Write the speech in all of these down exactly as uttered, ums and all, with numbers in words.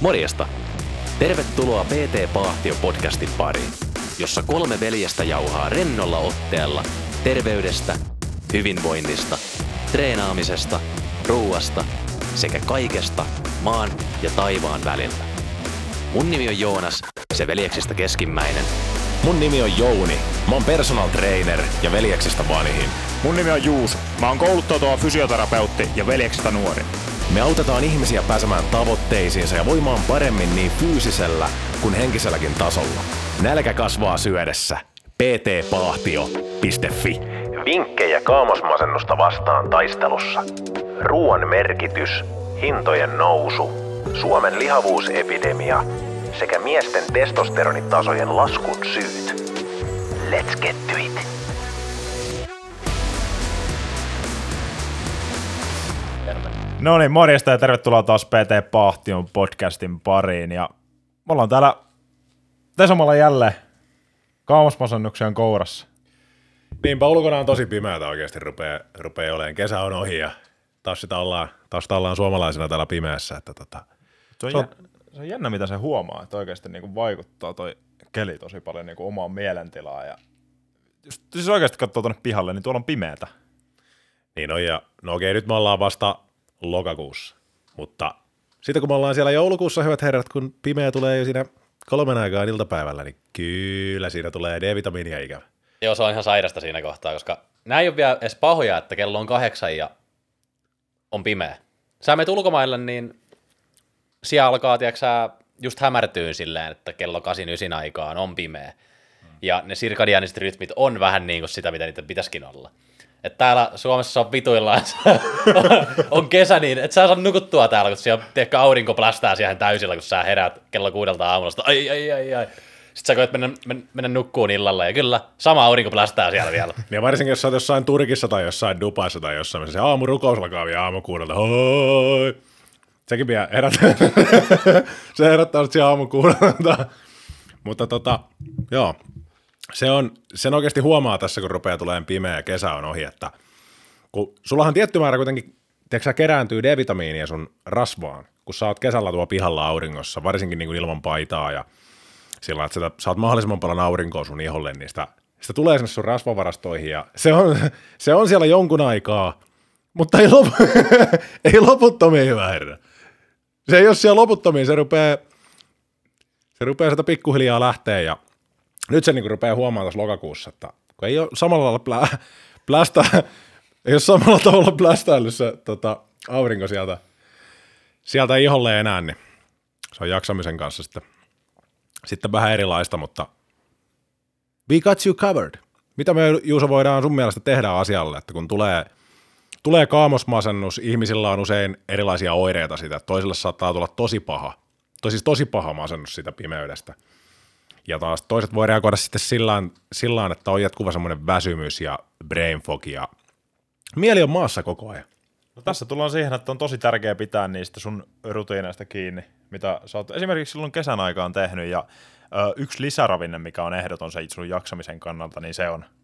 Morjesta! Tervetuloa P T Paahtio-podcastin pariin, jossa kolme veljestä jauhaa rennolla otteella terveydestä, hyvinvoinnista, treenaamisesta, ruuasta sekä kaikesta maan ja taivaan välillä. Mun nimi on Joonas, se veljeksistä keskimmäinen. Mun nimi on Jouni, mä oon personal trainer ja veljeksistä vanhin. Mun nimi on Juuso, mä oon kouluttautuva fysioterapeutti ja veljeksistä nuori. Me autetaan ihmisiä pääsemään tavoitteisiinsa ja voimaan paremmin niin fyysisellä kuin henkiselläkin tasolla. Nälkä kasvaa syödessä. p t paahtio piste f i. Vinkkejä kaamosmasennusta vastaan taistelussa. Ruoan merkitys, hintojen nousu, Suomen lihavuusepidemia sekä miesten testosteronitasojen laskun syyt. Let's get to it! No niin, morjesta ja tervetuloa taas P T Paahtion podcastin pariin. Ja me ollaan täällä Tesamalla jälleen kaamosmasennuksen kourassa. Niinpä ulkona on tosi pimeätä oikeasti, rupeaa, rupeaa olemaan. Kesä on ohi ja taas sitä ollaan, taas sitä ollaan suomalaisina täällä pimeässä. Että tota. se, on se, on... jä, se on jännä, mitä se huomaa, että oikeasti niinku vaikuttaa toi keli tosi paljon niinku omaan mielentilaan. Ja just, siis oikeasti katsoo tuonne pihalle, niin tuolla on pimeätä. Niin on, ja no okei, nyt me ollaan vasta lokakuussa, mutta sitten kun me ollaan siellä joulukuussa, hyvät herrat, kun pimeä tulee jo siinä kolmen aikaan iltapäivällä, niin kyllä siinä tulee D-vitamiinia ikävä. Joo, se on ihan sairasta siinä kohtaa, koska nämä ei ole vielä edes pahoja, että kello on kahdeksan ja on pimeä. Sä menet ulkomaille, niin siellä alkaa, tiiäksä, just hämärtyy silleen, että kello kahdeksan yhdeksän aikaan on pimeä. Hmm. Ja ne sirkadiaaniset rytmit on vähän niin kuin sitä, mitä niitä pitäisikin olla. Että täällä Suomessa on vituillaan, on kesä niin, että sä saa nukuttua täällä, kun siellä tiedätkö, aurinko plästää siihen täysillä, kun sä heräät kello kuudelta aamulla, ai ai ai ai. Sitten sä koet mennä, mennä, mennä nukkuun illalla, ja kyllä, sama aurinko plästää siellä vielä. Ja varsinkin, jos sä oot jossain Turkissa tai jossain Dubaissa tai jossain, se aamurukous alkaa vielä aamu kuudelta, hoi. Sekin vielä herättää, se herättää siellä aamu kuudelta. Mutta tota, joo. Se on, sen oikeasti huomaa tässä, kun rupeaa tulemaan pimeä ja kesä on ohi, että kun sullahan tietty määrä kuitenkin, tiedätkö sä, kerääntyy D-vitamiinia sun rasvaan, kun sä oot kesällä tuo pihalla auringossa, varsinkin niin kuin ilman paitaa ja sillä, että sä saat mahdollisimman paljon aurinkoa sun iholle, niin sitä, sitä tulee sinne sun rasvavarastoihin ja se on, se on siellä jonkun aikaa, mutta ei, lop, ei loputtomiin, hyvä herra. Se ei ole siellä loputtomiin, se rupeaa, se rupeaa sitä pikkuhiljaa lähteä ja nyt se niin rupeaa huomaamaan tässä lokakuussa, että kun ei ole samalla tavalla plä, plästä, ei ole samalla tavalla plästäillyt se tota, aurinko sieltä, sieltä iholle enää, niin se on jaksamisen kanssa sitten, sitten vähän erilaista, mutta we got you covered. Mitä me, Juuso, voidaan sun mielestä tehdä asialle, että kun tulee, tulee kaamosmasennus, ihmisillä on usein erilaisia oireita siitä, että toisille saattaa tulla tosi paha, to, siis tosi paha masennus siitä pimeydestä. Ja taas toiset voi reagoida sitten sillään, sillään että on jatkuva semmoinen väsymys ja brain fog ja mieli on maassa koko ajan. No tässä tullaan siihen, että on tosi tärkeää pitää niistä sun rutiineista kiinni, mitä sä oot esimerkiksi silloin kesän aikaan tehnyt. Ja ö, yksi lisäravinne, mikä on ehdoton se sun jaksamisen kannalta, niin se on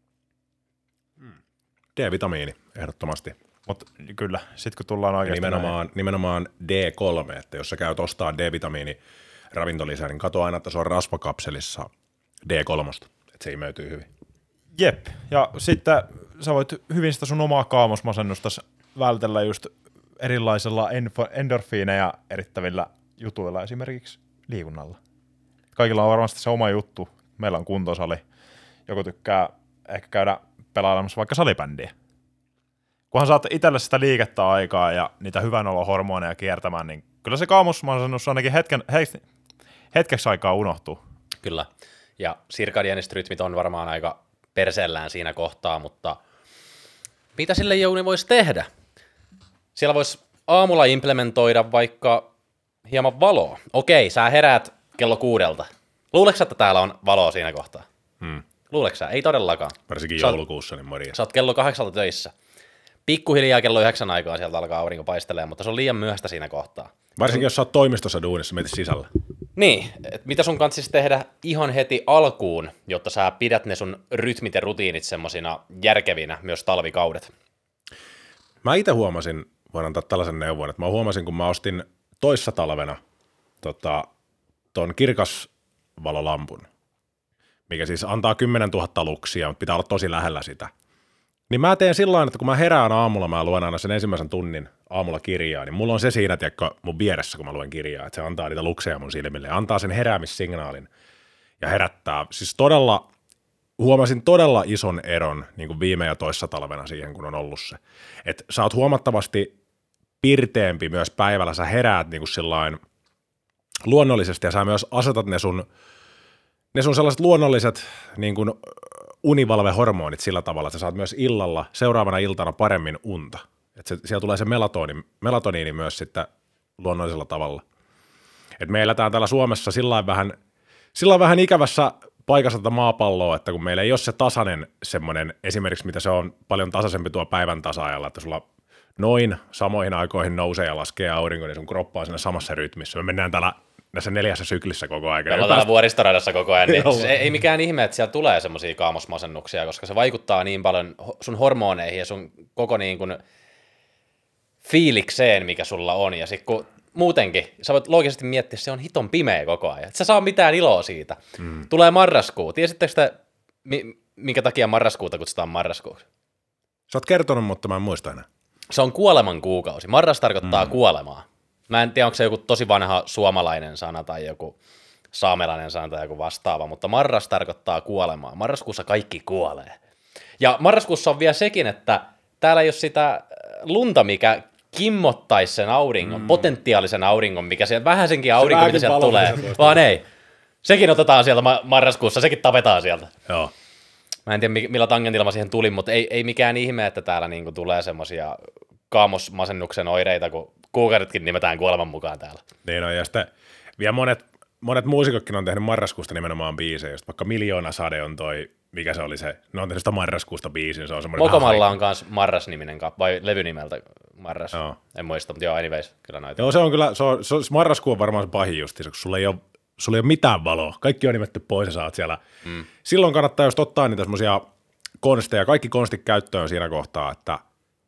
D-vitamiini, ehdottomasti. Mutta kyllä, sitten kun tullaan oikeasti nimenomaan, nimenomaan D kolme, että jos sä käyt ostaa D-vitamiini ravintolisä, niin kato aina, että se on rasvakapselissa D kolme, että se imeytyy hyvin. Jep, ja sitten sä voit hyvin sitä sun omaa kaamosmasennusta vältellä just erilaisilla endorfiineja erittävillä jutuilla, esimerkiksi liikunnalla. Kaikilla on varmasti se oma juttu. Meillä on kuntosali. Joku tykkää ehkä käydä pelailemassa vaikka salibändiä. Kunhan saat itselle sitä liikettä aikaa ja niitä hyvän olon hormoneja kiertämään, niin kyllä se kaamosmasennus ainakin hetken, he, hetkeksi aikaa unohtuu. Kyllä, ja sirkadiaaniset rytmit on varmaan aika perseellään siinä kohtaa, mutta mitä sille Jouni voisi tehdä? Siellä voisi aamulla implementoida vaikka hieman valoa. Okei, sä heräät kello kuudelta. Luuleeko että täällä on valoa siinä kohtaa? Hmm. Luuleeko sä? Ei todellakaan. Varsinkin sä joulukuussa, niin morjens. Sä oot kello kahdeksalta töissä. Pikkuhiljaa kello yhdeksän aikaa sieltä alkaa aurinko paistelemaan, mutta se on liian myöhäistä siinä kohtaa. Varsinkin jos sä oot toimistossa duunissa, mietit sisällä. Niin, että mitä sun kanssa tehdä ihan heti alkuun, jotta sä pidät ne sun rytmit ja rutiinit semmosina järkevinä myös talvikaudet? Mä itse huomasin, voin antaa tällaisen neuvon, että mä huomasin, kun mä ostin toissa talvena tota, ton kirkasvalolampun, mikä siis antaa kymmenen tuhatta luksia, mutta pitää olla tosi lähellä sitä. Niin mä teen sillä tavalla, että kun mä herään aamulla, mä luen aina sen ensimmäisen tunnin aamulla kirjaa, niin mulla on se siinä, tiedätkö, mun vieressä, kun mä luen kirjaa, että se antaa niitä lukseja mun silmille ja antaa sen heräämissignaalin ja herättää. Siis todella, huomasin todella ison eron niin kuin viime ja toissa talvena siihen, kun on ollut se. Että sä oot huomattavasti pirteempi myös päivällä, sä heräät niin kuin sillain luonnollisesti ja sä myös asetat ne sun, ne sun sellaiset luonnolliset niin kuin univalvehormonit sillä tavalla, että sä saat myös illalla, seuraavana iltana paremmin unta. Että se, siellä tulee se melatoniini, melatoniini myös sitten luonnollisella tavalla. Et me eletään täällä Suomessa sillain vähän, sillain vähän ikävässä paikassa tätä maapalloa, että kun meillä ei ole se tasainen semmoinen, esimerkiksi mitä se on paljon tasaisempi tuo päivän tasa-ajalla, että sulla noin samoihin aikoihin nousee ja laskee aurinko, niin sun kroppa on siinä samassa rytmissä. Me mennään täällä näissä neljässä syklissä koko ajan. Me ollaan täällä vuoristoradassa koko ajan, niin se ei mikään ihme, että siellä tulee semmoisia kaamosmasennuksia, koska se vaikuttaa niin paljon sun hormoneihin ja sun koko niin kuin fiilikseen, mikä sulla on. Ja sitten kun muutenkin, sä voit loogisesti miettiä, että se on hiton pimeä koko ajan. Et sä saa mitään iloa siitä. Mm. Tulee marraskuu. Tiesittekö te, minkä takia marraskuuta kutsutaan marraskuuksi? Sä oot kertonut, mutta mä en muista enää. Se on kuoleman kuukausi. Marras tarkoittaa mm. kuolemaa. Mä en tiedä, onko se joku tosi vanha suomalainen sana tai joku saamelainen sana tai joku vastaava, mutta marras tarkoittaa kuolemaa. Marraskuussa kaikki kuolee. Ja marraskuussa on vielä sekin, että täällä ei ole sitä lunta, mikä kimmottaisi sen auringon, mm. potentiaalisen auringon, mikä sieltä, vähäisenkin aurinko, mitä sieltä tulee, vaan ei. Sekin otetaan sieltä marraskuussa, sekin tapetaan sieltä. Joo. Mä en tiedä, millä tangentilla mä siihen tulin, mutta ei, ei mikään ihme, että täällä niinku tulee semmoisia kaamosmasennuksen oireita, kun kuukaudetkin nimetään kuoleman mukaan täällä. Niin on, ja sitten vielä monet, monet muusikotkin on tehnyt marraskuusta nimenomaan biisejä, just vaikka Miljoona sade on toi, mikä se oli se, ne on tehnyt sitä marraskuusta biisin, se on semmoinen Mokomalla on myös Marras-niminen kappale, vai levynimeltä Marras, joo. En muista, mutta joo, anyways, kyllä noita. Joo, se on kyllä, se on, se on, marraskuu on varmaan se pahin justiinsa, kun sulla ei ole, sulla ei ole mitään valoa, kaikki on nimetty pois ja sä oot siellä. Mm. Silloin kannattaa just ottaa niitä semmoisia konsteja, kaikki konstit käyttöön siinä kohtaa, että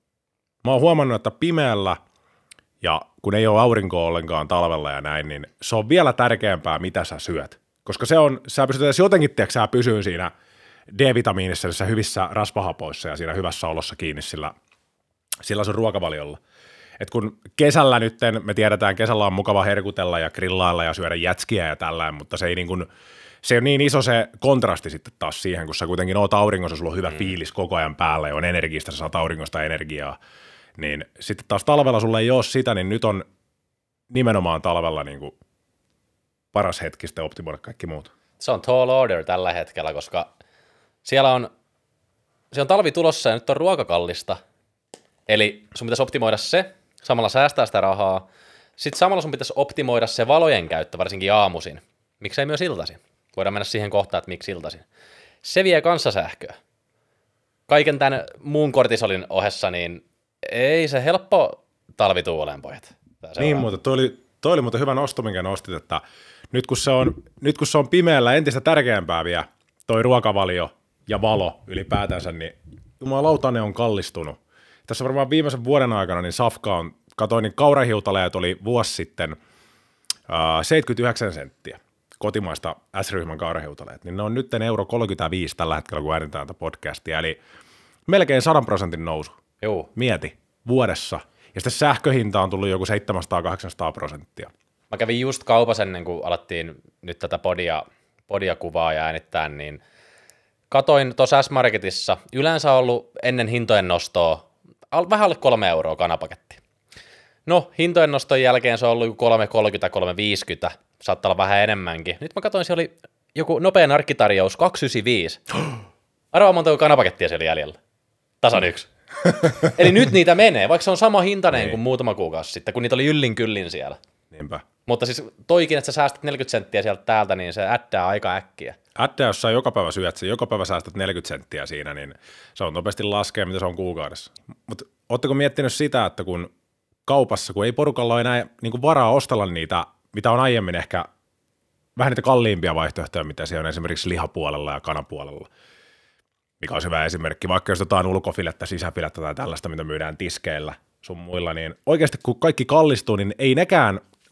mä oon huomannut, että pimeällä ja kun ei ole aurinkoa ollenkaan talvella ja näin, niin se on vielä tärkeämpää, mitä sä syöt. Koska se on, sä pystyt edes jotenkin, tiedätkö, sä pysyy siinä D-vitamiinissa, niissä hyvissä rasvahapoissa ja siinä hyvässä olossa kiinni sillä, sillä sun ruokavaliolla. Et kun kesällä nytten, me tiedetään, kesällä on mukava herkutella ja grillailla ja syödä jätskiä ja tällään, mutta se ei niin kuin, se on niin iso se kontrasti sitten taas siihen, kun sä kuitenkin oot auringossa, sulla on hyvä mm. fiilis koko ajan päällä ja on energistä, sä saat auringosta energiaa. Niin sitten taas talvella sulla ei ole sitä, niin nyt on nimenomaan talvella niin kuin paras hetki sitten optimoida kaikki muut. Se on tall order tällä hetkellä, koska siellä on, se on talvi tulossa ja nyt on ruokakallista. Eli sun pitäisi optimoida se, samalla säästää sitä rahaa. Sitten samalla sun pitäisi optimoida se valojen käyttö, varsinkin aamuisin. Miksei myös iltaisin? Voidaan mennä siihen kohtaan, että miksi iltaisin. Se vie kanssa sähköä. Kaiken tämän muun kortisolin ohessa, niin ei se helppo talvituu olen, pojat. Niin, mutta toi oli, toi oli muuten hyvä nosto, minkä nostit, että nyt kun se on, nyt kun se on pimeällä entistä tärkeämpää vielä, toi ruokavalio ja valo ylipäätänsä, niin jumalauta ne on kallistunut. Tässä varmaan viimeisen vuoden aikana niin safka on, katoin, niin kaurahiutaleet oli vuosi sitten äh, seitsemänkymmentäyhdeksän senttiä kotimaista S-ryhmän kaurahiutaleet, niin ne on nyt euro kolmekymmentäviisi tällä hetkellä, kun äänitään tätä podcastia, eli melkein sadan prosentin nousu. Joo. Mieti, vuodessa. Ja sitten sähköhinta on tullut joku seitsemänsataa kahdeksansataa prosenttia. Mä kävin just kaupassa ennen kuin alettiin nyt tätä podia, podia kuvaa ja äänittää, niin katoin tuossa S-Marketissa, yleensä on ollut ennen hintojen nostoa vähän alle kolme euroa kanapaketti. No, hintojen noston jälkeen se on ollut kolme kolmekymmentä, kolme viisikymmentä, saattaa olla vähän enemmänkin. Nyt mä katsoin, se oli joku nopea narkkitarjous, kaksisataayhdeksänkymmentäviisi. Arvaa monta kanapakettia siellä jäljellä. Tasan yksi. Eli nyt niitä menee, vaikka se on sama hintainen niin kuin muutama kuukausi sitten, kun niitä oli yllin kyllin siellä. Niinpä. Mutta siis toikin, että sä säästät neljäkymmentä senttiä sieltä täältä, niin se äddää aika äkkiä. Äddää, jos sä joka päivä syöt sen, joka päivä säästät neljäkymmentä senttiä siinä, niin se on nopeasti laskea, mitä se on kuukaudessa. Mutta ootteko miettinyt sitä, että kun kaupassa, kun ei porukalla ole enää niin kuin varaa ostella niitä, mitä on aiemmin ehkä vähän niitä kalliimpia vaihtoehtoja, mitä siellä on esimerkiksi lihapuolella ja kanapuolella, mikä on hyvä esimerkki, vaikka jos jotain ulkofilettä, sisäfilettä tai tällaista, mitä myydään tiskeillä sun muilla, niin oikeasti kun kaikki kallistuu, niin ei nekään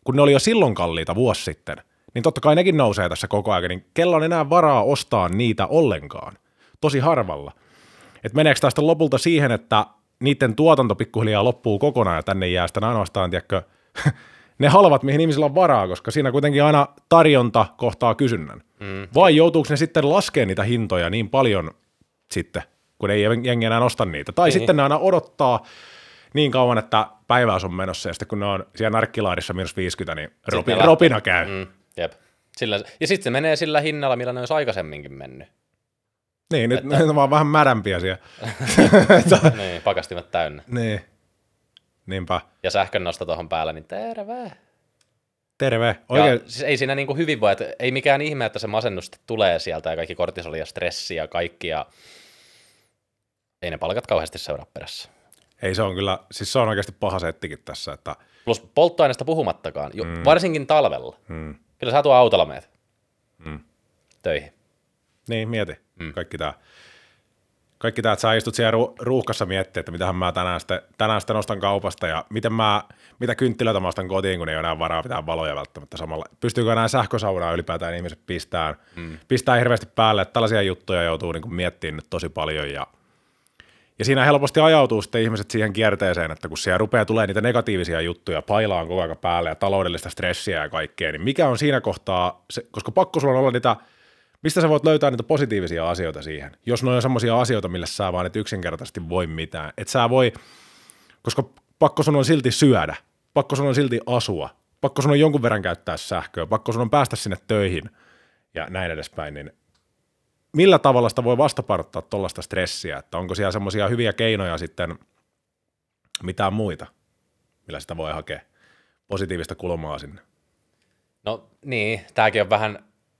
kun ne oli jo silloin kalliita vuosi sitten, niin totta kai nekin nousee tässä koko ajan, niin kello on enää varaa ostaa niitä ollenkaan. Tosi harvalla. Et meneekö tästä lopulta siihen, että niiden tuotanto pikkuhiljaa loppuu kokonaan ja tänne jää sitten ainoastaan, tiedätkö, ne halvat, mihin ihmisillä on varaa, koska siinä kuitenkin aina tarjonta kohtaa kysynnän. Mm. Vai joutuuko ne sitten laskemaan niitä hintoja niin paljon sitten, kun ei jengi enää osta niitä. Tai niin. Sitten ne aina odottaa niin kauan, että päiväys on menossa, ja sitten kun ne on siellä narkkilaarissa miinus viisikymmentä, niin ropi, ropina käy. Mm, jep. Sillä, ja sitten se menee sillä hinnalla, millä ne olisi aikaisemminkin mennyt. Niin, nyt että... ne on vaan vähän mädämpiä siellä. Niin, pakastimet täynnä. Niin, niinpä. Ja sähkön nosto tuohon päällä, niin terve. Terve. Oikein. Ja siis ei siinä niinku hyvin voi, että ei mikään ihme, että se masennus tulee sieltä ja kaikki kortisoli ja stressi ja kaikki ja ei ne palkat kauheasti seuraa perässä. Ei se on kyllä, siis se on oikeasti paha settikin tässä. Että... Plus polttoaineesta puhumattakaan, jo, mm. varsinkin talvella. Mm. Kyllä sä tuo autolla meet mm. töihin. Niin, mieti. Mm. Kaikki tää. Kaikki tää, että sä istut siellä ru- ruuhkassa miettiä, että mitähän mä tänään sitten, tänään sitten ostan kaupasta ja miten mä, mitä kynttilöitä mä ostan kotiin, kun ei ole enää varaa pitää valoja välttämättä samalla. Pystyykö enää sähkösaunaa ylipäätään ihmiset pistää, mm. pistää hirveästi päälle, että tällaisia juttuja joutuu niin kuin miettimään nyt tosi paljon ja Ja siinä helposti ajautuu sitten ihmiset siihen kierteeseen, että kun siellä rupeaa tulee niitä negatiivisia juttuja, pailaan koko ajan päälle ja taloudellista stressiä ja kaikkea, niin mikä on siinä kohtaa, se, koska pakko sulla on olla niitä, mistä sä voit löytää niitä positiivisia asioita siihen, jos ne on semmoisia asioita, millä sä vaan et yksinkertaisesti voi mitään. Et sä voi, koska pakko sun on silti syödä, pakko sun on silti asua, pakko sun on jonkun verran käyttää sähköä, pakko sun on päästä sinne töihin ja näin edespäin, niin millä tavalla sitä voi vastapainottaa tuollaista stressiä, että onko siellä semmoisia hyviä keinoja sitten mitään muita, millä sitä voi hakea positiivista kulmaa sinne? No niin, tämäkin on vähän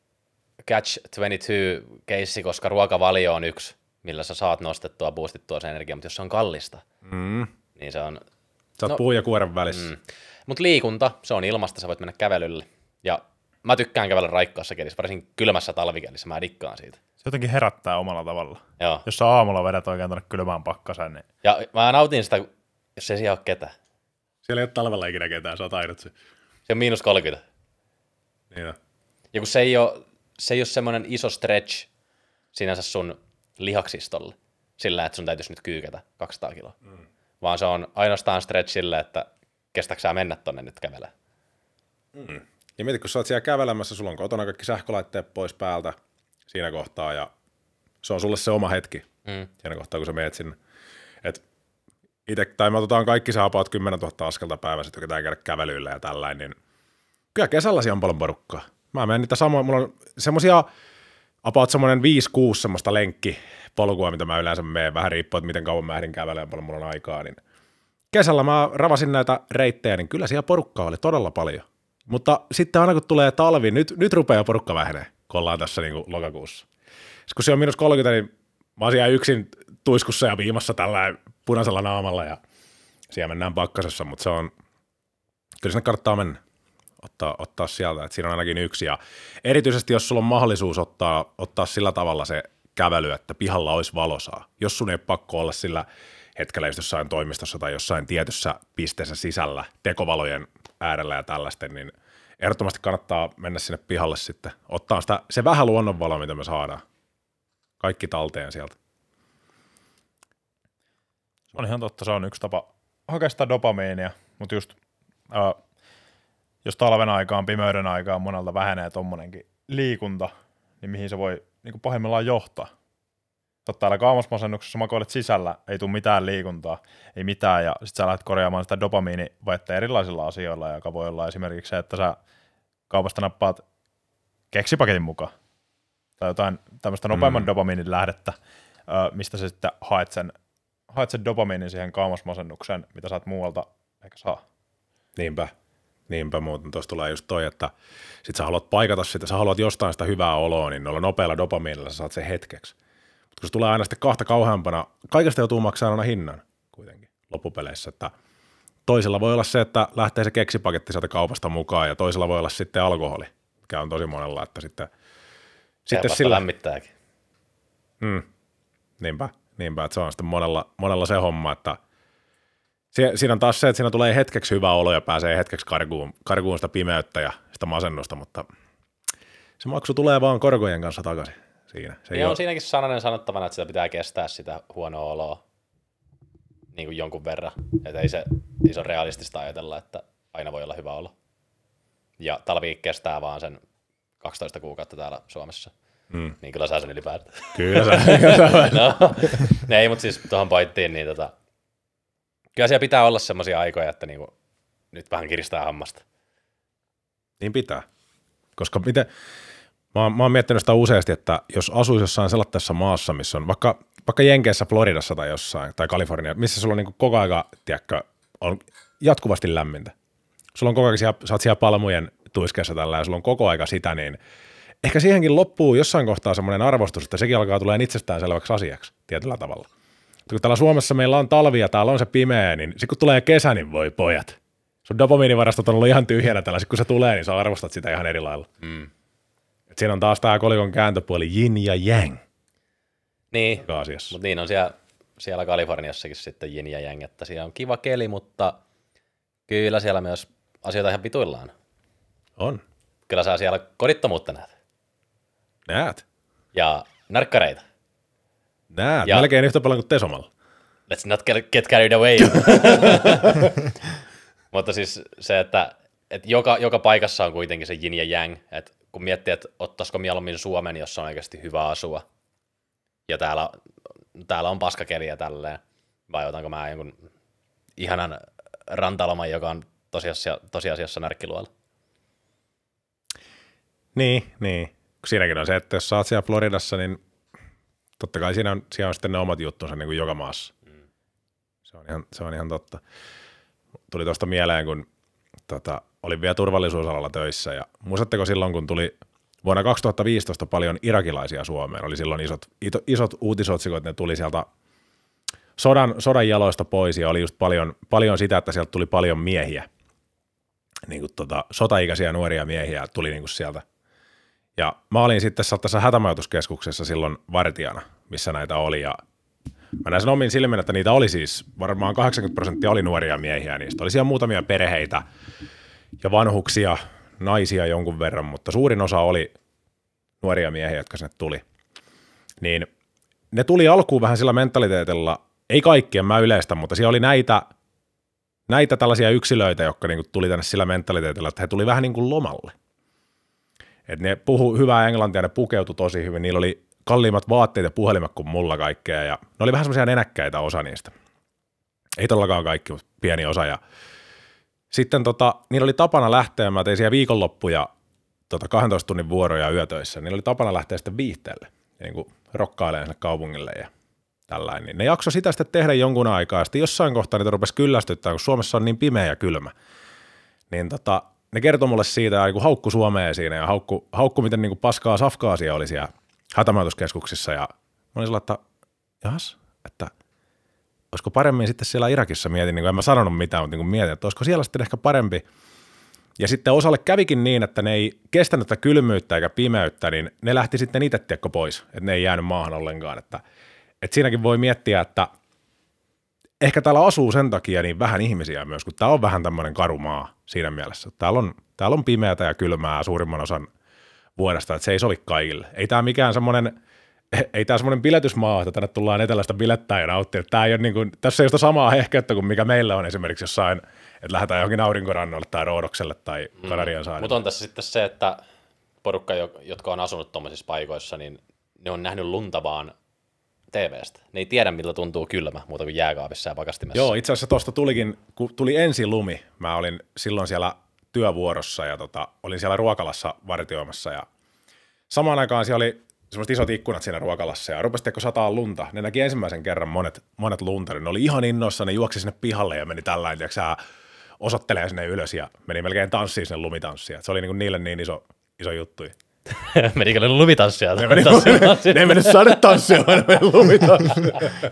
catch kaksikymmentäkaksi-keissi, koska ruokavalio on yksi, millä sä saat nostettua, boostittua sen energiaa, mutta jos se on kallista, mm. niin se on... Sä oot no, puun ja kuoren välissä. Mm. Mutta liikunta, se on ilmasta, sä voit mennä kävelylle. Ja mä tykkään kävellä raikkaassa kelissä, varsinkin kylmässä talvikelissä, mä dikkaan siitä. Se jotenkin herättää omalla tavalla. Joo. Jos sä aamulla vedät oikein tuonne kylmään pakkaseen, niin... Ja mä nautin sitä, jos ei siellä ole ketään. Siellä ei ole talvella ikinä ketään, sä oot ainut se. Se on miinus kolmekymmentä. Niin on. Ja kun se ei ole, se ei ole semmoinen iso stretch sinänsä sun lihaksistolle, sillä että sun täytyisi nyt kyykätä kaksisataa kiloa. Mm. Vaan se on ainoastaan stretch sillä, että kestääkö sä mennä tonne nyt kävelemään. Mm. Ja mieti, kun sä oot siellä kävelemässä, sulla on kotona kaikki sähkölaitteet pois päältä siinä kohtaa, ja se on sulle se oma hetki mm. siinä kohtaa, kun sä meet sinne. Et ite, tai me otetaan kaikki se about kymmenen tuhatta askelta päivässä, että yritetään käydä kävelyillä ja tällainen, niin kyllä kesällä siellä on paljon porukkaa. Mä menen niitä samoja, mulla on semmosia about semmoinen viisi kuusi semmoista lenkkipolkua, mitä mä yleensä menen, vähän riippuu, että miten kauan mä ehdin kävelemään, paljon mulla on aikaa, niin kesällä mä ravasin näitä reittejä, niin kyllä siellä porukkaa oli todella paljon. Mutta sitten aina kun tulee talvi, nyt, nyt rupeaa porukka vähenee, kun ollaan tässä niin kuin lokakuussa. Sitten kun se on miinus kolmekymmentä, niin mä oon siellä yksin tuiskussa ja viimassa tällä punaisella naamalla ja siellä mennään pakkasessa, mutta se on, kyllä sinne kannattaa mennä, ottaa, ottaa sieltä, että siinä on ainakin yksi. Ja erityisesti jos sulla on mahdollisuus ottaa, ottaa sillä tavalla se kävely, että pihalla olisi valosaa, jos sun ei pakko olla sillä hetkellä just jossain toimistossa tai jossain tietyssä pisteessä sisällä tekovalojen äärellä ja tällaisten, niin ehdottomasti kannattaa mennä sinne pihalle sitten, ottaa sitä, se vähän luonnonvaloa, mitä me saadaan. Kaikki talteen sieltä. Se on ihan totta, se on yksi tapa hakea sitä dopamiinia, mutta just äh, jos talven aikaan, pimeyden aikaan monelta vähenee tommonenkin liikunta, niin mihin se voi niin pahimmillaan johtaa. Totta, täällä kaamosmasennuksessa makoilet sisällä, ei tule mitään liikuntaa, ei mitään, ja sitten sä lähdet korjaamaan sitä dopamiinivajetta erilaisilla asioilla, joka voi olla esimerkiksi se, että sä kaupasta nappaat keksipaketin mukaan, tai jotain tämmöistä nopeamman mm. dopamiinin lähdettä, mistä sä sitten haet sen, haet sen dopamiinin siihen kaamosmasennukseen, mitä sä et muualta ehkä saa. Niinpä, niinpä muuten tuossa tulee just toi, että sit sä haluat paikata sitä, sä haluat jostain sitä hyvää oloa, niin noilla nopeilla dopamiinilla sä saat sen hetkeksi. Kun se tulee aina sitten kahta kauheampana, kaikesta joutuu maksamaan aina hinnan kuitenkin loppupeleissä, että toisella voi olla se, että lähtee se keksipaketti sieltä kaupasta mukaan ja toisella voi olla sitten alkoholi, mikä on tosi monella, että sitten, sitten sillä lämmittääkin. Mm, niinpä, niinpä, että se on sitten monella, monella se homma, että Si- siinä on taas se, että siinä tulee hetkeksi hyvä olo ja pääsee hetkeksi karkuun, karkuun sitä pimeyttä ja sitä masennusta, mutta se maksu tulee vaan korkojen kanssa takaisin siinä. Se ja ei on ole... siinäkin sananen sanottavana, että sitä pitää kestää sitä huonoa oloa niin kuin jonkun verran. Että ei se, ei se ole realistista ajatella, että aina voi olla hyvä olo. Ja talvi kestää vaan sen kaksitoista kuukautta täällä Suomessa. Hmm. Niin kyllä saa sen ylipäätään. Kyllä sä. No, ei, mutta siis tuohon pointtiin, niin tota, kyllä siellä pitää olla semmoisia aikoja, että niinku, nyt vähän kiristää hammasta. Niin pitää. Koska miten, mä oon, mä oon miettinyt sitä useasti, että jos asuisi jossain sellaisessa maassa, missä on vaikka, vaikka Jenkeissä, Floridassa tai jossain, tai Kalifornia, missä sulla on niinku koko aika, tiedätkö, on jatkuvasti lämmintä. Sulla on koko aika, sä oot siellä palmujen tuiskeessa tällä ja sulla on koko aika sitä, niin ehkä siihenkin loppuu jossain kohtaa semmoinen arvostus, että sekin alkaa tulemaan itsestäänselväksi asiaksi tietyllä tavalla. Kun täällä Suomessa meillä on talvi ja täällä on se pimeä, niin sitten kun tulee kesä, niin voi pojat. Sun dopamiinivarastot on ollut ihan tyhjänä täällä, sit kun se tulee, niin sä arvostat sitä ihan eri lailla. Mm. Et siinä on taas tää kolikon kääntöpuoli yin ja yang. Niin, mutta niin on siellä, siellä Kaliforniassakin sitten yin ja yang, että siellä on kiva keli, mutta kyllä siellä myös asioita ihan vituillaan. On. Kyllä sä siellä kodittomuutta näet. Näet. Ja narkkareita. Näet, ja melkein yhtä paljon kuin Tesomalla. Let's not get carried away. Mutta siis se, että, että joka, joka paikassa on kuitenkin se yin ja yang, että kun miettii, että ottaisiko mieluummin Suomen, jossa on oikeasti hyvä asua, ja täällä, täällä on paskakeli ja tälleen, vai otanko mä jonkun ihanan rantaloman, joka on tosiasiassa, tosiasiassa närkkiluolla. Niin, niin. Siinäkin on se, että jos sä oot siellä Floridassa, niin totta kai siinä on, siinä on sitten ne omat juttunsa niin kuin joka maassa. Mm. Se, on ihan, se on ihan totta. Tuli tuosta mieleen, kun tota, olin vielä turvallisuusalalla töissä, ja muistatteko silloin, kun tuli vuonna kaksituhattaviisitoista paljon irakilaisia Suomeen, oli silloin isot, ito, isot uutisotsikot, ne tuli sieltä sodan, sodan jaloista pois, ja oli just paljon, paljon sitä, että sieltä tuli paljon miehiä, niin kuin tota, sotaikäisiä nuoria miehiä tuli niin kuin sieltä. Ja mä olin sitten tässä hätämajoituskeskuksessa silloin vartijana, missä näitä oli, ja mä näin sen omin silmin, että niitä oli siis, varmaan kahdeksankymmentä prosenttia oli nuoria miehiä, niistä oli siellä muutamia perheitä ja vanhuksia, naisia jonkun verran, mutta suurin osa oli nuoria miehiä, jotka sinne tuli. Niin ne tuli alkuun vähän sillä mentaliteetilla, ei kaikkien, mä yleistän, mutta siellä oli näitä, näitä tällaisia yksilöitä, jotka niinku tuli tänne sillä mentaliteetilla, että he tuli vähän niin kuin lomalle. Et ne puhu hyvää englantia, ne pukeutui tosi hyvin, niillä oli kalliimmat vaatteet ja puhelimet kuin mulla kaikkea, ja ne oli vähän semmoisia nenäkkäitä osa niistä. Ei todellakaan kaikki, mutta pieni osa, ja sitten tota, niillä oli tapana lähteä, mä tein siellä viikonloppuja tota kahdentoista tunnin vuoroja yötöissä, niillä oli tapana lähteä sitten viihteelle, niin kuin rokkailemaan sinne kaupungille ja tällainen. Niin ne jaksoi sitä sitten tehdä jonkun aikaa, ja sitten jossain kohtaa niitä rupesi kyllästyttää, kun Suomessa on niin pimeä ja kylmä. Niin tota, ne kertoi mulle siitä, ja niin haukku Suomeen siinä, ja haukku, haukku miten niin kuin paskaa safkaasia oli siellä hätämajoituskeskuksissa, ja mä olin sillä, että jahas, että olisiko paremmin sitten siellä Irakissa, mietin, niin kuin en mä sanonut mitään, mutta niin kuin mietin, että olisiko siellä sitten ehkä parempi. Ja sitten osalle kävikin niin, että ne ei kestänyt tätä kylmyyttä eikä pimeyttä, niin ne lähti sitten itse tiekko pois, että ne ei jäänyt maahan ollenkaan. Että, että siinäkin voi miettiä, että ehkä täällä asuu sen takia niin vähän ihmisiä myös, kun tää on vähän tämmöinen karu maa siinä mielessä. Täällä on, täällä on pimeätä ja kylmää suurimman osan vuodesta, että se ei sovi kaikille. Ei tää mikään semmoinen, ei tää semmoinen biletysmaa, että tänne tullaan etelästä bilettää ja nauttia. Tää ei ole niin kuin, tässä ei ole sitä samaa hehkeyttä kuin mikä meillä on esimerkiksi jossain, että lähdetään johonkin aurinkorannolle tai Roodokselle tai Kanarian saarille. Mm. Mutta on tässä sitten se, että porukka, jotka on asunut tuommoisissa paikoissa, niin ne on nähnyt lunta vaan T V:stä. Ne ei tiedä, miltä tuntuu kylmä, muuta kuin jääkaapissa ja pakastimessa. Joo, itse asiassa tuosta tulikin, kun tuli ensi lumi, mä olin silloin siellä työvuorossa ja tota, olin siellä ruokalassa vartioimassa ja samaan aikaan siellä oli semmoiset isot ikkunat siinä ruokalassa ja rupesi teko sataa lunta. Ne näki ensimmäisen kerran monet, monet lunta, ne oli ihan innoissa, ne juoksi sinne pihalle ja meni tällainen, tiiäksä, osoittelee sinne ylös ja meni melkein tanssiin sinne lumitanssiin. Se oli niinku niille niin iso, iso juttu. Menikö ne lumitanssia? Ne meni, ne ei mennyt sadetanssia, vaan ne meni lumitanssia.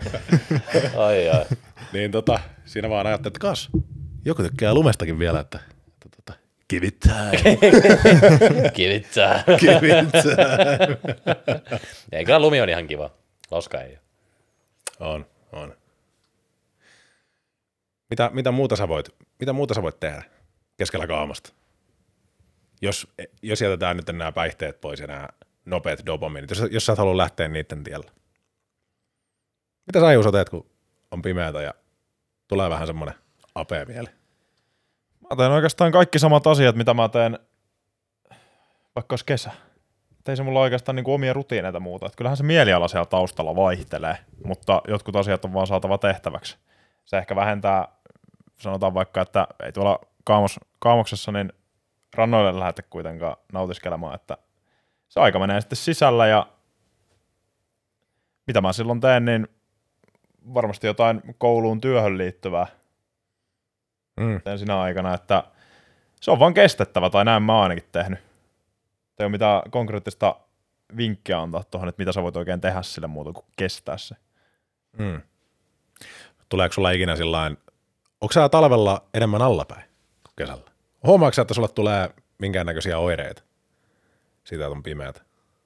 Ai ai. Niin tota, siinä vaan ajattelin, että kas, joku tykkää lumestakin vielä, että, että, että give it time. Give it time. Give it time. Ei, kyllä lumi on ihan kiva. Loska ei ole. On, on. Mitä, mitä, muuta sä voit, mitä muuta sä voit tehdä keskellä kaamosta? Jos, jos jätetään nyt nämä päihteet pois ja nämä nopeat dopaminit, jos, jos sä et halua lähteä niiden tiellä. Mitä sä Juuso teet, kun on pimeätä ja tulee vähän semmoinen apea mieli? Mä teen oikeastaan kaikki samat asiat, mitä mä teen vaikka olisi kesä. Ei se mulla oikeastaan niinku omia rutiineita muuta. Et kyllähän se mieliala siellä taustalla vaihtelee, mutta jotkut asiat on vaan saatava tehtäväksi. Se ehkä vähentää, sanotaan vaikka, että ei tuolla kaamos, kaamoksessa niin rannoille lähdetä kuitenkaan nautiskelemaan, että se aika menee sitten sisällä ja mitä mä silloin teen, niin varmasti jotain kouluun työhön liittyvää Mm. teen sinä aikana, että se on vaan kestettävä, tai näin mä oon ainakin tehnyt. Ei ole mitään konkreettista vinkkiä antaa tuohon, että mitä sä voit oikein tehdä sille muuta kuin kestää se. Mm. Tuleeko sulla ikinä sillain, onko sä talvella enemmän allapäin kuin kesällä? Huomaatko sä, että sulla tulee minkäännäköisiä oireita siitä, että on pimeätä?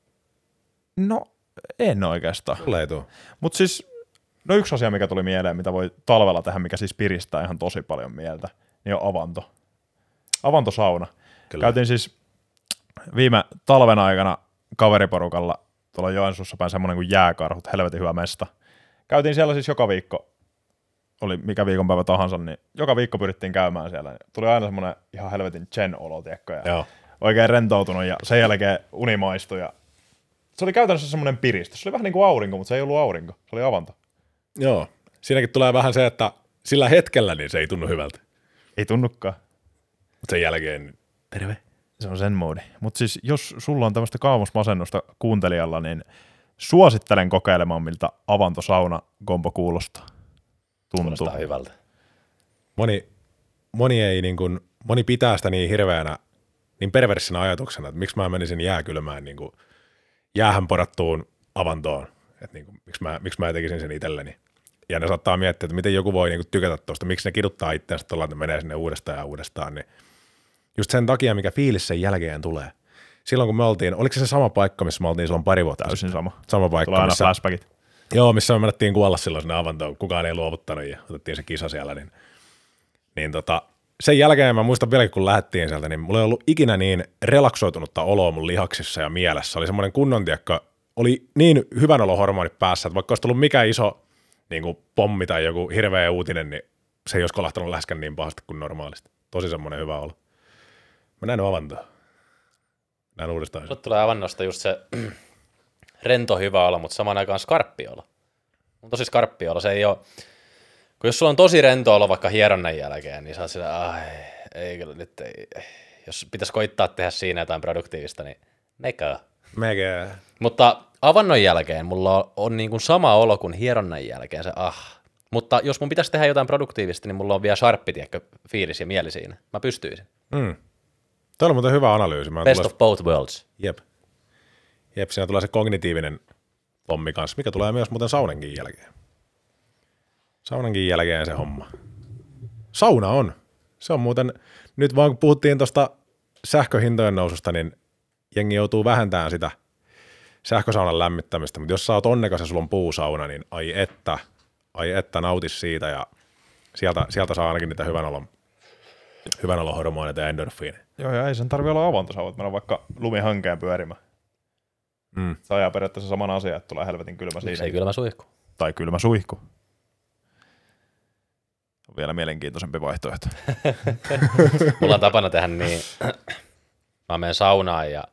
No, en oikeastaan. Sulle ei tule. Mutta siis, no yksi asia, mikä tuli mieleen, mitä voi talvella tehdä, mikä siis piristää ihan tosi paljon mieltä, niin on avanto. Avantosauna. Kyllä. Käytiin siis viime talven aikana kaveriporukalla tuolla Joensuussa päin semmoinen kuin Jääkarhut, helvetin hyvä mesta. Käytiin siellä siis joka viikko, oli mikä viikonpäivä tahansa, niin joka viikko pyrittiin käymään siellä. Tuli aina semmoinen ihan helvetin chen-olo, tiedätkö, ja Joo. oikein rentoutunut ja sen jälkeen uni maistui. Ja se oli käytännössä semmoinen piristys. Se oli vähän niin kuin aurinko, mutta se ei ollut aurinko, se oli avanto. Joo. Siinäkin tulee vähän se, että sillä hetkellä niin se ei tunnu hyvältä. Ei tunnukaan. Mutta sen jälkeen niin terve. Se on sen moodi. Mutta siis jos sulla on tämmöistä kaamosmasennusta kuuntelijalla, niin suosittelen kokeilemaan, miltä avantosauna kombo kuulostaa. Tuntuu. Kuulostaa hyvältä. Moni, moni, ei niin kuin, moni pitää sitä niin hirveänä, niin perversinä ajatuksena, että miksi mä menisin jääkylmään niin kuin jäähän porattuun avantoon. Että niin kuin, miksi, mä, miksi mä tekisin sen itselleni. Ja ne saattaa miettiä, että miten joku voi niin kuin tykätä tuosta, miksi ne kiduttaa itseänsä tuolla, että menee sinne uudestaan ja uudestaan. Niin just sen takia, mikä fiilis sen jälkeen tulee. Silloin kun me oltiin, oliko se se sama paikka, missä me oltiin silloin pari vuotta? Täysin sama. Sama paikka. Tulee aina missä, flashbackit. joo, missä me menettiin kuolla silloin sinne avantoon. Kukaan ei luovuttanut ja otettiin se kisa siellä. Niin, niin tota, sen jälkeen mä muistan vielä, kun lähdettiin sieltä, niin mulla ei ollut ikinä niin relaksoitunutta oloa mun lihaksissa ja mielessä. Oli semmoinen kunnon, tiekka, oli niin hyvän olohormonit päässä, että vaikka olisi tullut mikä iso niin kuin pommi tai joku hirveä uutinen, niin se ei olisi kolahtanut läheskään niin pahasti kuin normaalisti. Tosi semmoinen hyvä olo. Mä näin avantoa. Näin uudestaan. Sulle tulee avannosta just se rento hyvä olo, mutta samaan aikaan skarppi olo. On tosi skarppi olo. Se ei ole, kun jos sulla on tosi rento olo vaikka hieronnan jälkeen, niin sä oot sillä, ai, ei kyllä nyt ei. Jos pitäisi koittaa tehdä siinä jotain produktiivista, niin mekää. Mekää. Mutta avannon jälkeen mulla on, on niin kuin sama olo kuin hieronnan jälkeen, se ah. Mutta jos mun pitäisi tehdä jotain produktiivista, niin mulla on vielä sharppi, tiedätkö, fiilis ja mieli siinä. Mä pystyisin. Mm. Tämä on muuten hyvä analyysi. Mä Best tulee... of both worlds. Jep. Jep, siinä tulee se kognitiivinen pommi kanssa, mikä tulee myös muuten saunankin jälkeen. Saunankin jälkeen se homma. Sauna on. Se on muuten, nyt vaan kun puhuttiin tuosta sähköhintojen noususta, niin jengi joutuu vähentämään sitä sähkösaunan lämmittämistä, mutta jos sä oot onnekas ja sulla on puusauna, niin ai että, ai että nautis siitä ja sieltä, sieltä saa ainakin niitä hyvän olon, hyvän olon hormoneita ja endorfiineja. Joo, ja ei sen tarvitse olla avantosa, voit mennä vaikka lumihankeen pyörimään. Mm. Se ajaa periaatteessa saman asian, että tulee helvetin kylmä siinä. Se ei kylmä suihku. Tai kylmä suihku. On vielä mielenkiintoisempi vaihtoehto. Mulla on tapana tehdä niin, mä menen saunaan ja